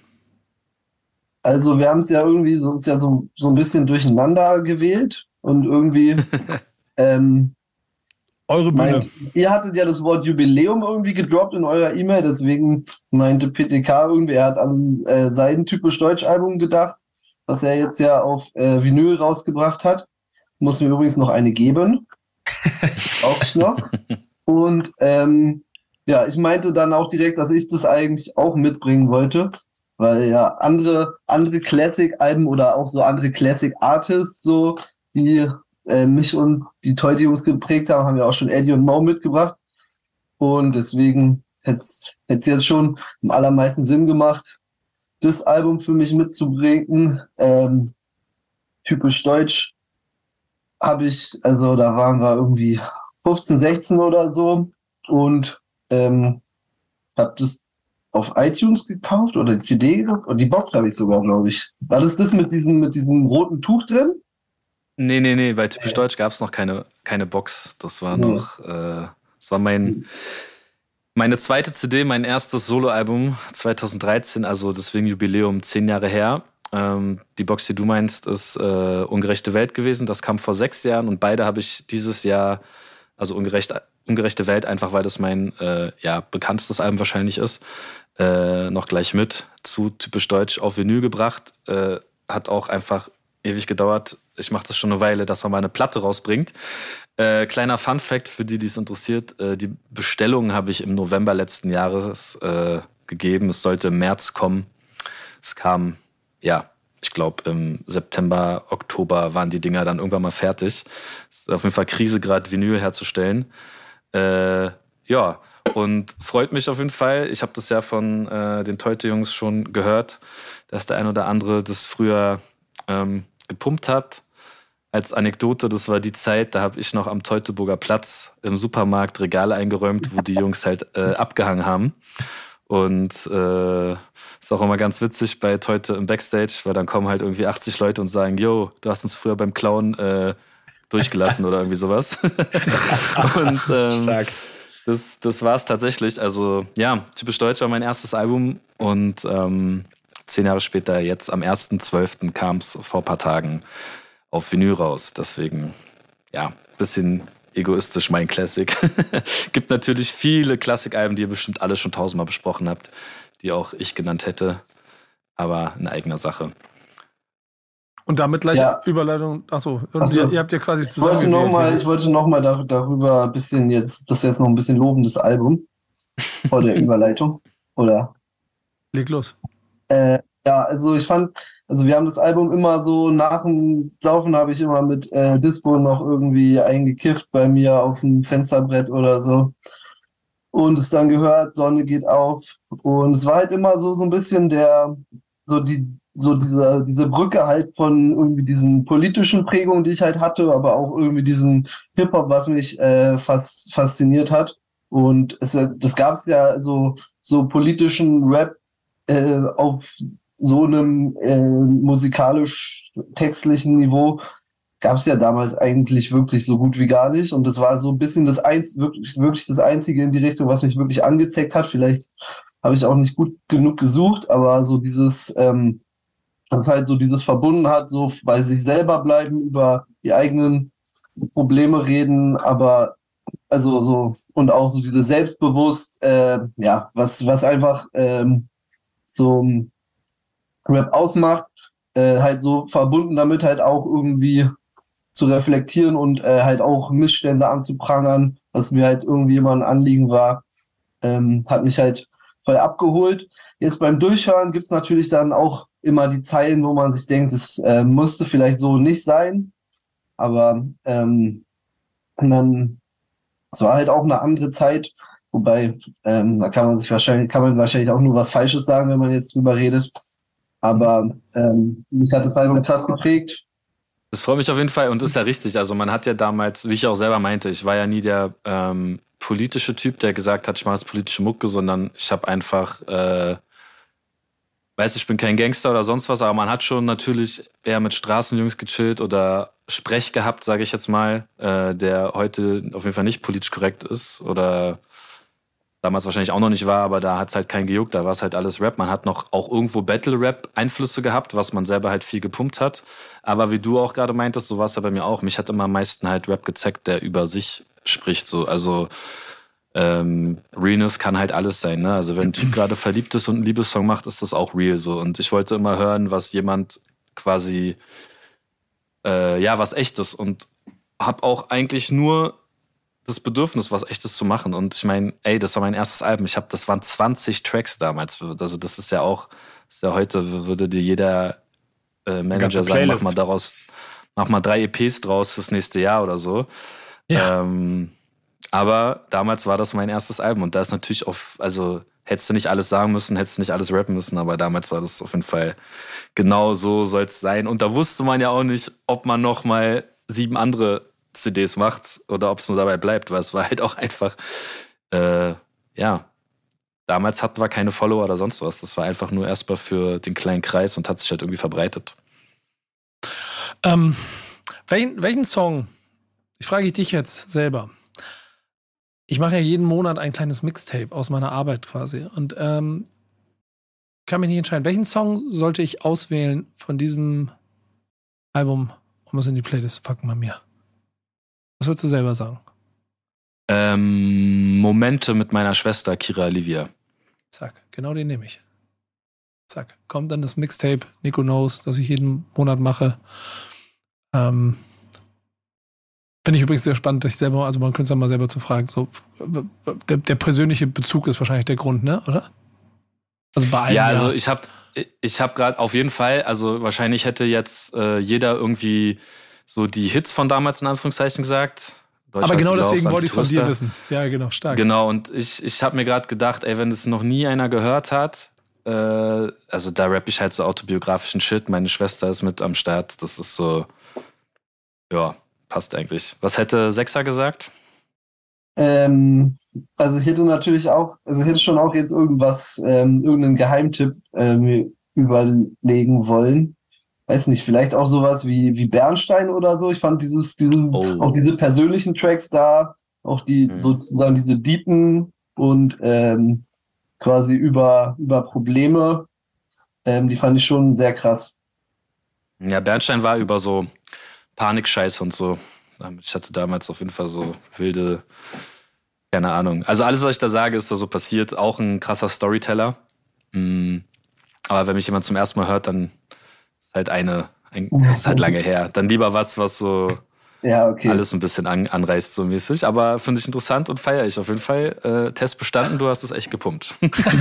Also, wir haben es ja irgendwie so, ist ja so, so ein bisschen durcheinander gewählt und irgendwie ähm, Eure Bühne. meint, ihr hattet ja das Wort Jubiläum irgendwie gedroppt in eurer E-Mail, deswegen meinte P T K irgendwie, er hat an äh, sein typisch Deutsch-Album gedacht, was er jetzt ja auf äh, Vinyl rausgebracht hat. Muss mir übrigens noch eine geben. Auch noch. Und ähm, ja, ich meinte dann auch direkt, dass ich das eigentlich auch mitbringen wollte, weil ja andere, andere Classic-Alben oder auch so andere Classic-Artists, so, die äh, mich und die Toy-Jungs geprägt haben, haben ja auch schon Eddie und Mo mitgebracht. Und deswegen hätte es jetzt schon am allermeisten Sinn gemacht, das Album für mich mitzubringen. Ähm, typisch deutsch habe ich, also da waren wir irgendwie fünfzehn, sechzehn oder so und ähm, habe das auf iTunes gekauft oder die C D und die Box habe ich sogar, glaube ich. War das das mit diesem, mit diesem roten Tuch drin? Nee, nee, nee, bei Typisch Deutsch gab es noch keine, keine Box. Das war Nee. noch, äh, das war mein, meine zweite C D, mein erstes Soloalbum zwanzig dreizehn, also deswegen Jubiläum, zehn Jahre her. Ähm, die Box, die du meinst, ist äh, Ungerechte Welt gewesen. Das kam vor sechs Jahren und beide habe ich dieses Jahr, also Ungerecht, Ungerechte Welt, einfach weil das mein äh, ja, bekanntestes Album wahrscheinlich ist, äh, noch gleich mit zu Typisch Deutsch auf Vinyl gebracht. Äh, hat auch einfach ewig gedauert. Ich mache das schon eine Weile, dass man mal eine Platte rausbringt. Äh, kleiner Fun-Fact für die, die es interessiert. Äh, die Bestellung habe ich im November letzten Jahres äh, gegeben. Es sollte im März kommen. Es kam, ja, ich glaube im September, Oktober waren die Dinger dann irgendwann mal fertig. Es ist auf jeden Fall Krise gerade, Vinyl herzustellen. Äh, ja, und freut mich auf jeden Fall. Ich habe das ja von äh, den Teute-Jungs schon gehört, dass der ein oder andere das früher ähm, gepumpt hat. Als Anekdote, das war die Zeit, da habe ich noch am Teutoburger Platz im Supermarkt Regale eingeräumt, wo die Jungs halt äh, abgehangen haben. Und äh, ist auch immer ganz witzig bei Teute im Backstage, weil dann kommen halt irgendwie achtzig Leute und sagen, yo, du hast uns früher beim Klauen äh, durchgelassen oder irgendwie sowas. Und ähm, Stark. das, das war es tatsächlich. Also ja, Typisch Deutsch war mein erstes Album und ähm, zehn Jahre später, jetzt am ersten zwölften kam es vor ein paar Tagen auf Vinyl raus. Deswegen, ja, bisschen egoistisch mein Classic. Gibt natürlich viele Klassikalben, die ihr bestimmt alle schon tausendmal besprochen habt, die auch ich genannt hätte, aber in eigener Sache. Und damit gleich Ja. Überleitung. Achso, und Ach so. ihr, ihr habt ja quasi Ich wollte zusammengewählt. noch mal, ich wollte noch mal dar darüber ein bisschen jetzt, das ist jetzt noch ein bisschen lobendes Album vor der Überleitung, oder? Leg los. Äh, ja, also ich fand, also wir haben das Album immer so nach dem Saufen habe ich immer mit äh, Dispo noch irgendwie eingekifft bei mir auf dem Fensterbrett oder so. Und es dann gehört, Sonne geht auf. Und es war halt immer so, so ein bisschen der, so die, so diese, diese Brücke halt von irgendwie diesen politischen Prägungen, die ich halt hatte, aber auch irgendwie diesen Hip-Hop, was mich äh, fas fasziniert hat. Und es, das gab es ja so, so politischen Rap äh, auf so einem äh, musikalisch-textlichen Niveau gab es ja damals eigentlich wirklich so gut wie gar nicht. Und das war so ein bisschen das Einz wirklich, wirklich das Einzige in die Richtung, was mich wirklich angezeckt hat. Vielleicht habe ich auch nicht gut genug gesucht, aber so dieses, ähm, das halt so dieses verbunden hat, so bei sich selber bleiben, über die eigenen Probleme reden, aber also so und auch so diese selbstbewusst, äh, ja, was, was einfach ähm, so Rap ausmacht, äh, halt so verbunden damit halt auch irgendwie zu reflektieren und äh, halt auch Missstände anzuprangern, was mir halt irgendwie immer ein Anliegen war, ähm, hat mich halt voll abgeholt. Jetzt beim Durchhören gibt's natürlich dann auch immer die Zeilen, wo man sich denkt, es äh, musste vielleicht so nicht sein, aber ähm, und dann, es war halt auch eine andere Zeit, wobei ähm, da kann man sich wahrscheinlich, kann man wahrscheinlich auch nur was Falsches sagen, wenn man jetzt drüber redet. Aber ähm, mich hat das Album krass geprägt. Das freut mich auf jeden Fall und ist ja richtig. Also man hat ja damals, wie ich auch selber meinte, ich war ja nie der ähm, politische Typ, der gesagt hat, ich mache jetzt politische Mucke, sondern ich habe einfach, äh, weiß ich bin kein Gangster oder sonst was, aber man hat schon natürlich eher mit Straßenjungs gechillt oder Sprech gehabt, sage ich jetzt mal, äh, der heute auf jeden Fall nicht politisch korrekt ist oder damals wahrscheinlich auch noch nicht war, aber da hat es halt keinen gejuckt, da war es halt alles Rap. Man hat noch auch irgendwo Battle-Rap-Einflüsse gehabt, was man selber halt viel gepumpt hat. Aber wie du auch gerade meintest, so war es ja bei mir auch. Mich hat immer am meisten halt Rap gezeckt, der über sich spricht. So. Also ähm, Realness kann halt alles sein. Ne? Also wenn ein Typ gerade verliebt ist und einen Liebessong macht, ist das auch real. So. Und ich wollte immer hören, was jemand quasi, äh, ja, was Echtes. Und habe auch eigentlich nur das Bedürfnis, was Echtes zu machen. Und ich meine, ey, das war mein erstes Album. Ich habe, das waren zwanzig Tracks damals. Also das ist ja auch, ist ja heute, würde dir jeder äh, Manager sagen, mach mal daraus, mach mal drei E Ps draus das nächste Jahr oder so. Ja. Ähm, Aber damals war das mein erstes Album und da ist natürlich auf, also hättest du nicht alles sagen müssen, hättest du nicht alles rappen müssen, aber damals war das auf jeden Fall genau so soll es sein. Und da wusste man ja auch nicht, ob man noch mal sieben andere C Ds macht oder ob es nur dabei bleibt, weil es war halt auch einfach, äh, ja, damals hatten wir keine Follower oder sonst was. Das war einfach nur erstmal für den kleinen Kreis und hat sich halt irgendwie verbreitet. Ähm, welchen, welchen Song, ich frage dich jetzt selber, ich mache ja jeden Monat ein kleines Mixtape aus meiner Arbeit quasi und ähm, kann mich nicht entscheiden, welchen Song sollte ich auswählen von diesem Album, um es in die Playlist zu packen bei mir? Was würdest du selber sagen? Ähm, Momente mit meiner Schwester Kira Olivia. Zack, genau den nehme ich. Zack, kommt dann das Mixtape Nico Knows, das ich jeden Monat mache. Ähm, Finde ich übrigens sehr spannend, dass ich selber, also man könnte es mal selber zu fragen, so, der, der persönliche Bezug ist wahrscheinlich der Grund, ne, oder? Also bei allen, ja, also ja. ich habe ich hab gerade auf jeden Fall, also wahrscheinlich hätte jetzt äh, jeder irgendwie so die Hits von damals in Anführungszeichen gesagt. Aber genau deswegen wollte ich es von dir wissen. Ja, genau, stark. Genau, und ich, ich habe mir gerade gedacht, ey, wenn es noch nie einer gehört hat, äh, also da rappe ich halt so autobiografischen Shit, meine Schwester ist mit am Start, das ist so, ja, passt eigentlich. Was hätte Sechser gesagt? Ähm, also ich hätte natürlich auch, also ich hätte schon auch jetzt irgendwas, ähm, irgendeinen Geheimtipp äh, mir überlegen wollen. Weiß nicht, vielleicht auch sowas wie, wie Bernstein oder so. Ich fand dieses, diesen, Oh. auch diese persönlichen Tracks da, auch die Mhm. sozusagen diese deepen und ähm, quasi über, über Probleme, ähm, die fand ich schon sehr krass. Ja, Bernstein war über so Panikscheiß und so. Ich hatte damals auf jeden Fall so wilde, keine Ahnung. Also alles, was ich da sage, ist da so passiert. Auch ein krasser Storyteller. Mhm. Aber wenn mich jemand zum ersten Mal hört, dann ist halt eine, ein, das ist halt lange her. Dann lieber was, was so Ja, okay. alles ein bisschen an, anreißt, so mäßig. Aber finde ich interessant und feiere ich auf jeden Fall. Äh, Test bestanden, du hast es echt gepumpt.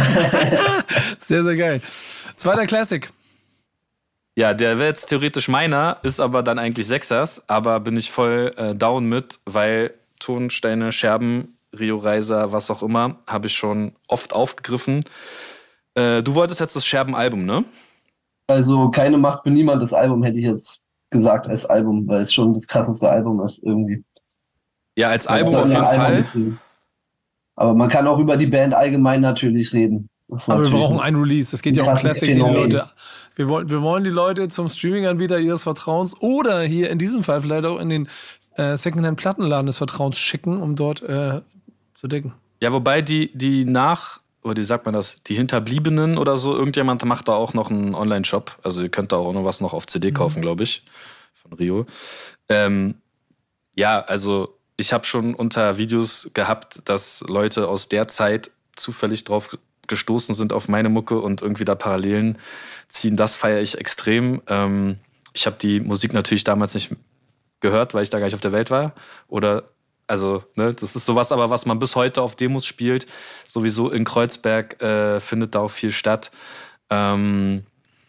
Sehr, sehr geil. Zweiter Classic. Ja, der wäre jetzt theoretisch meiner, ist aber dann eigentlich Sechsers, aber bin ich voll äh, down mit, weil Tonsteine, Scherben, Rio Reiser, was auch immer, habe ich schon oft aufgegriffen. Äh, du wolltest jetzt das Scherben-Album, ne? Also keine Macht für niemand, das Album hätte ich jetzt gesagt als Album, weil es schon das krasseste Album ist irgendwie. Ja, als Das Album ist auf ein jeden Album Fall. geschrieben. Aber man kann auch über die Band allgemein natürlich reden. Das ist Aber wir natürlich brauchen ein Release. Das geht ja ein um krasses Classic, die die Phänomen. Leute. Wir wollen, wir wollen die Leute zum Streaming-Anbieter ihres Vertrauens oder hier in diesem Fall vielleicht auch in den äh, Secondhand-Plattenladen des Vertrauens schicken, um dort äh, zu decken. Ja, wobei die, die nach, oder wie sagt man das, die Hinterbliebenen oder so, irgendjemand macht da auch noch einen Online-Shop. Also ihr könnt da auch noch was noch auf C D kaufen, glaube ich, von Rio. Ähm, ja, also ich habe schon unter Videos gehabt, dass Leute aus der Zeit zufällig drauf gestoßen sind auf meine Mucke und irgendwie da Parallelen ziehen. Das feiere ich extrem. Ähm, ich habe die Musik natürlich damals nicht gehört, weil ich da gar nicht auf der Welt war. Oder, also, ne, das ist sowas aber, was man bis heute auf Demos spielt. Sowieso in Kreuzberg äh, findet da auch viel statt. Ähm,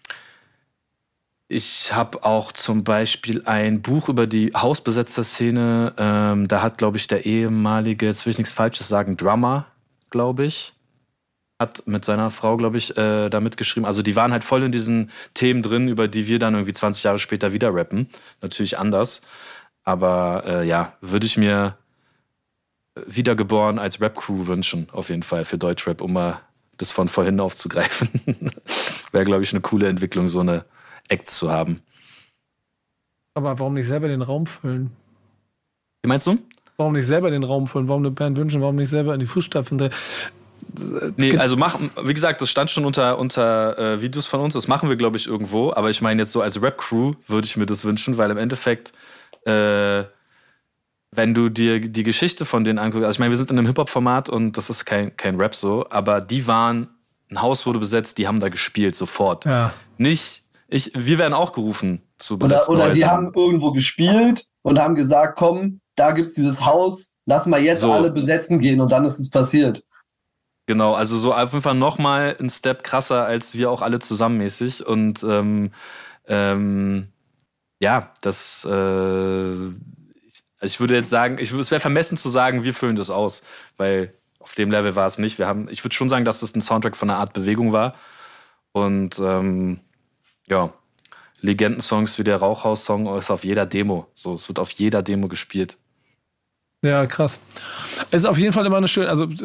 ich habe auch zum Beispiel ein Buch über die Hausbesetzer-Szene. Ähm, da hat, glaube ich, der ehemalige, jetzt will ich nichts Falsches sagen, Drummer, glaube ich, hat mit seiner Frau, glaube ich, äh, da mitgeschrieben. Also die waren halt voll in diesen Themen drin, über die wir dann irgendwie zwanzig Jahre später wieder rappen. Natürlich anders. Aber äh, ja, würde ich mir wiedergeboren als Rap-Crew wünschen, auf jeden Fall für Deutschrap, um mal das von vorhin aufzugreifen. Wäre, glaube ich, eine coole Entwicklung, so eine Acts zu haben. Aber warum nicht selber den Raum füllen? Wie meinst du? Warum nicht selber den Raum füllen? Warum eine Band wünschen? Warum nicht selber in die Fußstapfen drehen? Nee, also machen, wie gesagt, das stand schon unter, unter äh, Videos von uns, das machen wir, glaube ich, irgendwo, aber ich meine jetzt so als Rap-Crew würde ich mir das wünschen, weil im Endeffekt, äh, wenn du dir die Geschichte von denen anguckst, also ich meine, wir sind in einem Hip-Hop-Format und das ist kein, kein Rap so, aber die waren, ein Haus wurde besetzt, die haben da gespielt, sofort. Ja. Nicht, ich, wir werden auch gerufen zu besetzten Oder, oder die Häusern. haben irgendwo gespielt und haben gesagt, komm, da gibt's dieses Haus, lass mal jetzt So. alle besetzen gehen und dann ist es passiert. Genau, also so auf jeden Fall nochmal ein Step krasser als wir auch alle zusammenmäßig. Und ähm, ähm, ja, das, äh, ich, Also ich würde jetzt sagen, ich, es wäre vermessen zu sagen, wir füllen das aus, weil auf dem Level war es nicht. Wir haben, ich würde schon sagen, dass das ein Soundtrack von einer Art Bewegung war. Und ähm, ja, Legendensongs wie der Rauchhaus-Song ist auf jeder Demo. So, es wird auf jeder Demo gespielt. Ja, krass. Es ist auf jeden Fall immer eine schöne, also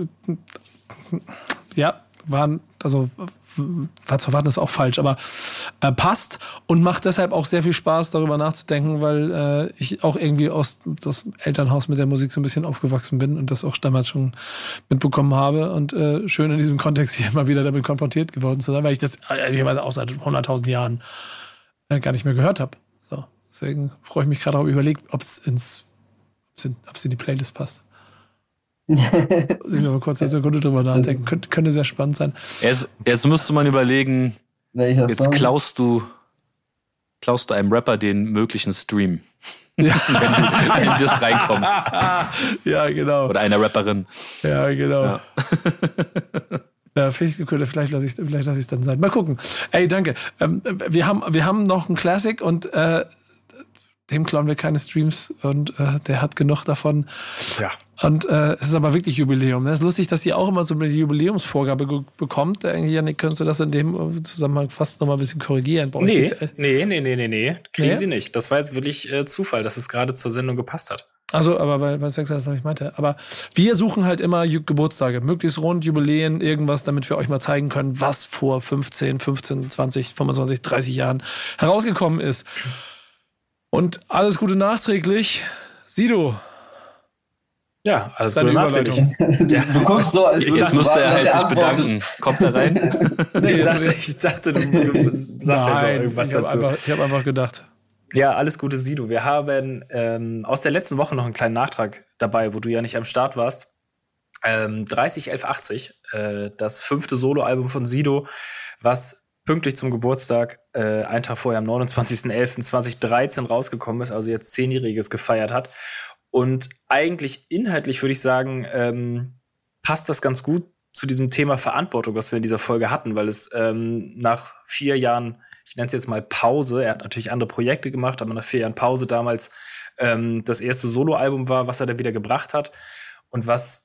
ja, waren, also war zu erwarten, ist auch falsch, aber äh, passt und macht deshalb auch sehr viel Spaß, darüber nachzudenken, weil äh, ich auch irgendwie aus das Elternhaus mit der Musik so ein bisschen aufgewachsen bin und das auch damals schon mitbekommen habe und äh, schön in diesem Kontext hier immer wieder damit konfrontiert geworden zu sein, weil ich das ehrlicherweise auch seit hunderttausend Jahren äh, gar nicht mehr gehört habe. So, deswegen freue ich mich gerade auch überlegt, ob es ins ob es in die Playlist passt. Muss ich noch mal kurz eine Sekunde drüber nachdenken. Könnte, könnte sehr spannend sein. Jetzt, jetzt müsste man überlegen, Welcher jetzt Song? klaust du, klaust du einem Rapper den möglichen Stream. Ja. wenn, wenn das reinkommt. Ja, genau. Oder einer Rapperin. Ja, genau. Ja. Ja, vielleicht, vielleicht lasse ich es vielleicht lass ich's dann sein. Mal gucken. Ey, danke. Ähm, wir, haben, wir haben noch einen Classic und äh, dem klauen wir keine Streams und äh, der hat genug davon. Ja. Und äh, es ist aber wirklich Jubiläum. Es ist lustig, dass ihr auch immer so eine Jubiläumsvorgabe ge- bekommt. Eigentlich, Janik, könntest du das in dem Zusammenhang fast noch mal ein bisschen korrigieren? Bei euch Nee, geht's, äh, nee, nee, nee, nee, nee. Kriegen Nee? sie nicht. Das war jetzt wirklich äh, Zufall, dass es gerade zur Sendung gepasst hat. Also, aber weil, weil Sex das noch nicht meinte. Aber wir suchen halt immer Ju- Geburtstage, möglichst rund, Jubiläen, irgendwas, damit wir euch mal zeigen können, was vor fünfzehn, fünfzehn, zwanzig, fünfundzwanzig, dreißig Jahren herausgekommen ist. Und alles Gute nachträglich. Sido. Ja, alles Deine Gute nachträglich. Überleitung. Du guckst so, als Jetzt würdest du müsste er warten, halt dass sich er antwortet. bedanken. Kommt er rein? Nee, Ich jetzt- dachte, ich dachte du, du sagst jetzt auch Nein, irgendwas ich habe dazu. einfach, ich hab einfach gedacht. Ja, alles Gute, Sido. Wir haben ähm, aus der letzten Woche noch einen kleinen Nachtrag dabei, wo du ja nicht am Start warst. Ähm, dreißig elf achtzig, äh, das fünfte Soloalbum von Sido, was pünktlich zum Geburtstag, äh, einen Tag vorher am neunundzwanzigsten elften zweitausenddreizehn rausgekommen ist, also jetzt Zehnjähriges gefeiert hat. Und eigentlich inhaltlich würde ich sagen, ähm, passt das ganz gut zu diesem Thema Verantwortung, was wir in dieser Folge hatten, weil es ähm, nach vier Jahren, ich nenne es jetzt mal Pause, er hat natürlich andere Projekte gemacht, aber nach vier Jahren Pause damals ähm, das erste Soloalbum war, was er dann wieder gebracht hat und was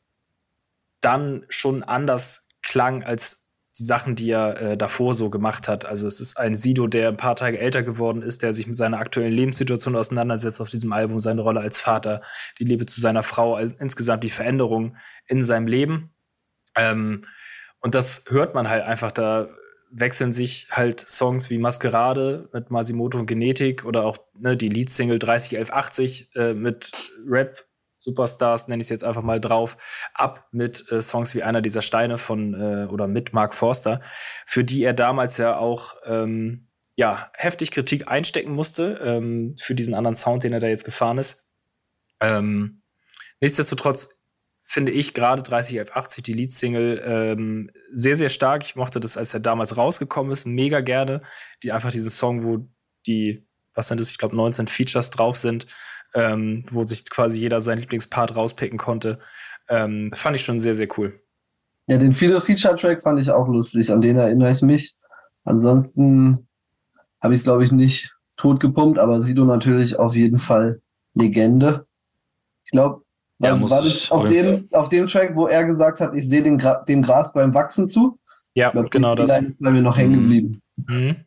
dann schon anders klang als die Sachen, die er äh, davor so gemacht hat. Also es ist ein Sido, der ein paar Tage älter geworden ist, der sich mit seiner aktuellen Lebenssituation auseinandersetzt auf diesem Album, seine Rolle als Vater, die Liebe zu seiner Frau, also insgesamt die Veränderung in seinem Leben. Ähm, und das hört man halt einfach, da wechseln sich halt Songs wie Maskerade mit Masimoto und Genetik oder auch ne, die Leadsingle dreißig elf achtzig äh, mit Rap Superstars, nenne ich es jetzt einfach mal drauf, ab mit äh, Songs wie Einer dieser Steine von äh, oder mit Mark Forster, für die er damals ja auch ähm, ja, heftig Kritik einstecken musste, ähm, für diesen anderen Sound, den er da jetzt gefahren ist. Ähm, nichtsdestotrotz finde ich gerade dreißig elf achtzig, die Leadsingle, ähm, sehr, sehr stark. Ich mochte das, als er damals rausgekommen ist, mega gerne. Die einfach diesen Song, wo die, was sind das, ich glaube neunzehn Features drauf sind, Ähm, wo sich quasi jeder seinen Lieblingspart rauspicken konnte. Ähm, fand ich schon sehr, sehr cool. Ja, den Feature-Track fand ich auch lustig, an den erinnere ich mich. Ansonsten habe ich es, glaube ich, nicht tot gepumpt, aber Sido natürlich auf jeden Fall Legende. Ich glaube, Ja, war, muss war ich das auf auf dem, jeden auf dem Track, wo er gesagt hat, ich sehe den Gra- dem Gras beim Wachsen zu? Ja, Ich glaube, genau die das. Line ist bei mir noch hängen geblieben. Mhm.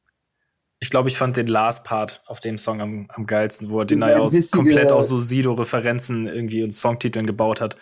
Ich glaube, ich fand den Last-Part auf dem Song am, am geilsten, wo er den Ja, ja aus, richtige- komplett aus so Sido-Referenzen irgendwie und Songtiteln gebaut hat.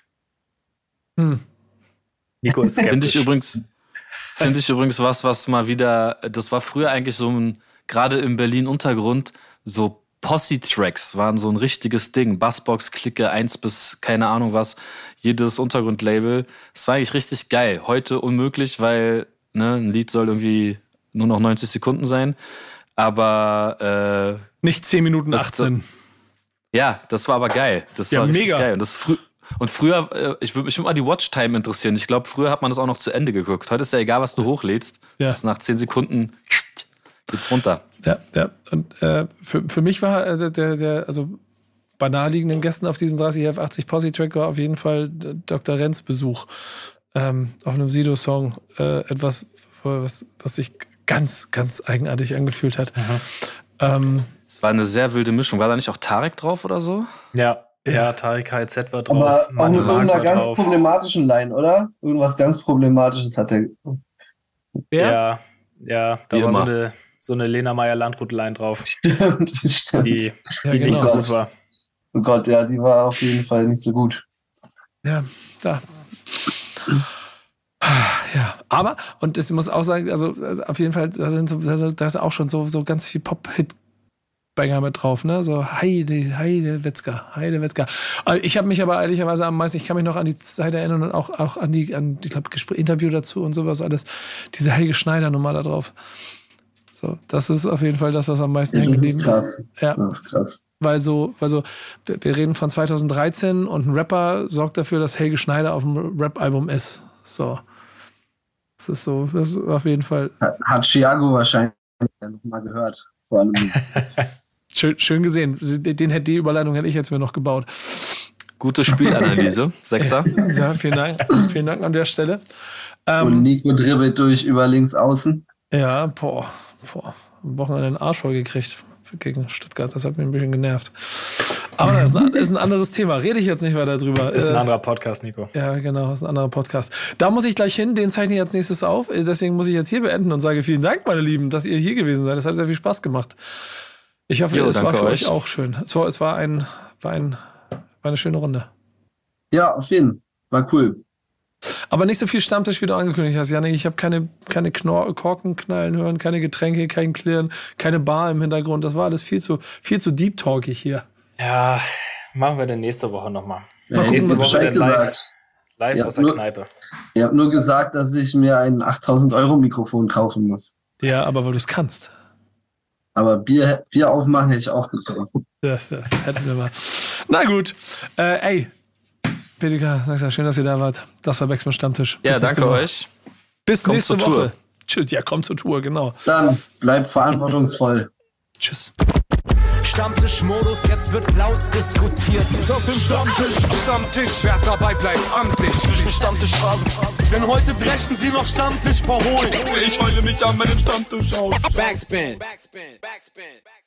Hm. Nico ist Finde ich skeptisch. übrigens, finde ich übrigens was, was mal wieder, das war früher eigentlich so ein, gerade im Berlin-Untergrund, so Posse-Tracks waren so ein richtiges Ding. Bassbox, Clique, eins bis keine Ahnung was, jedes Untergrundlabel. Das war eigentlich richtig geil. Heute unmöglich, weil ne, ein Lied soll irgendwie nur noch neunzig Sekunden sein. Aber äh, Nicht zehn Minuten Das- achtzehn. ja, das war aber geil. Das Ja, war richtig mega. geil. Und, das frü und früher, äh, ich würde mich immer die Watchtime interessieren. Ich glaube, früher hat man das auch noch zu Ende geguckt. Heute ist ja egal, was du hochlädst. Ja. Das ist nach zehn Sekunden geht's runter. Ja, ja. Und äh, für, für mich war äh, der, der, also bei naheliegenden Gästen auf diesem dreißig elf achtzig Posse-Track war auf jeden Fall Doktor Renz Besuch ähm, auf einem Sido-Song. Äh, etwas, was, was sich ganz, ganz eigenartig angefühlt hat. Ähm, Es war eine sehr wilde Mischung. War da nicht auch Tarek drauf oder so? Ja, ja, Tarek K Z war drauf. Aber auch mit Mark irgendeiner war ganz drauf. problematischen Line, oder? Irgendwas ganz Problematisches hat er. Ja? Ja, ja, da Wie war so immer. eine, so eine Lena Meyer-Landrut-Line drauf, Stimmt, stimmt. die, Ja, die nicht so genau. gut war. Oh Gott, ja, die war auf jeden Fall nicht so gut. Ja, da. Ja, aber, und das muss auch sagen, also auf jeden Fall, da sind so, also, da ist auch schon so, so ganz viel Pop-Hit-Banger mit drauf, ne? So Heide, Heide Wetzger, Heide Wetzger. Ich habe mich aber ehrlicherweise am meisten, ich kann mich noch an die Zeit erinnern und auch, auch an die, an, ich glaube, Interview dazu und sowas alles, diese Helge Schneider-Nummer da drauf. So, das ist auf jeden Fall das, was am meisten Ja, hängen das ist geblieben krass. ist. Ja. Das ist krass. Weil so, weil so, wir, wir reden von zwanzig dreizehn und ein Rapper sorgt dafür, dass Helge Schneider auf dem Rap-Album ist. So. Das ist so, das ist auf jeden Fall Hat, hat Chiago wahrscheinlich noch mal gehört. Vor allem. schön, schön gesehen. Den hätte die Überleitung hätte ich jetzt mir noch gebaut. Gute Spielanalyse, Sechser. Ja, vielen Dank. Vielen Dank an der Stelle. Und Ähm, Nico dribbelt durch über links außen. ja, boah, boah. Am Wochenende den Arsch voll gekriegt gegen Stuttgart. Das hat mich ein bisschen genervt. Aber das ist ein, ist ein anderes Thema. Rede ich jetzt nicht weiter drüber. Ist ein Äh, anderer Podcast, Nico. Ja, genau, das ist ein anderer Podcast. Da muss ich gleich hin, den zeichne ich als nächstes auf. Deswegen muss ich jetzt hier beenden und sage vielen Dank, meine Lieben, dass ihr hier gewesen seid. Das hat sehr viel Spaß gemacht. Ich hoffe, Jo, es war danke für euch euch. auch schön. Es war, es war, ein, war, ein, war eine schöne Runde. Ja, auf jeden Fall. War cool. Aber nicht so viel Stammtisch, wie du angekündigt hast, Janik. Ich habe keine, keine Knor Korken knallen hören, keine Getränke, kein Klirren, keine Bar im Hintergrund. Das war alles viel zu, viel zu deep talkig hier. Ja, machen wir dann nächste Woche nochmal. Ja, gucken, nächste was Woche Bescheid dann live. gesagt. Live Ja, aus der nur- Kneipe. Ihr habt nur gesagt, dass ich mir ein achttausend Euro Mikrofon kaufen muss. Ja, aber weil du es kannst. Aber Bier, Bier aufmachen hätte ich auch getan. Das äh, hätten wir mal. Na gut. Äh, ey, Petika, sag's ja, schön, dass ihr da wart. Das war Backspin Stammtisch. Ja, Bis nächste danke Woche. euch. Bis Kommt nächste zur Woche. Tour. Tschüss. Ja, kommt zur Tour, genau. Dann bleibt verantwortungsvoll. Tschüss. Stammtischmodus, jetzt wird laut diskutiert. Auf dem Stammtisch, Stammtisch, wer dabei bleibt, amtlich. Stammtischphase, denn heute brechen sie noch Stammtisch verholen. Ich heule mich an meinem Stammtisch aus. Backspin. Backspin. Backspin. Backspin.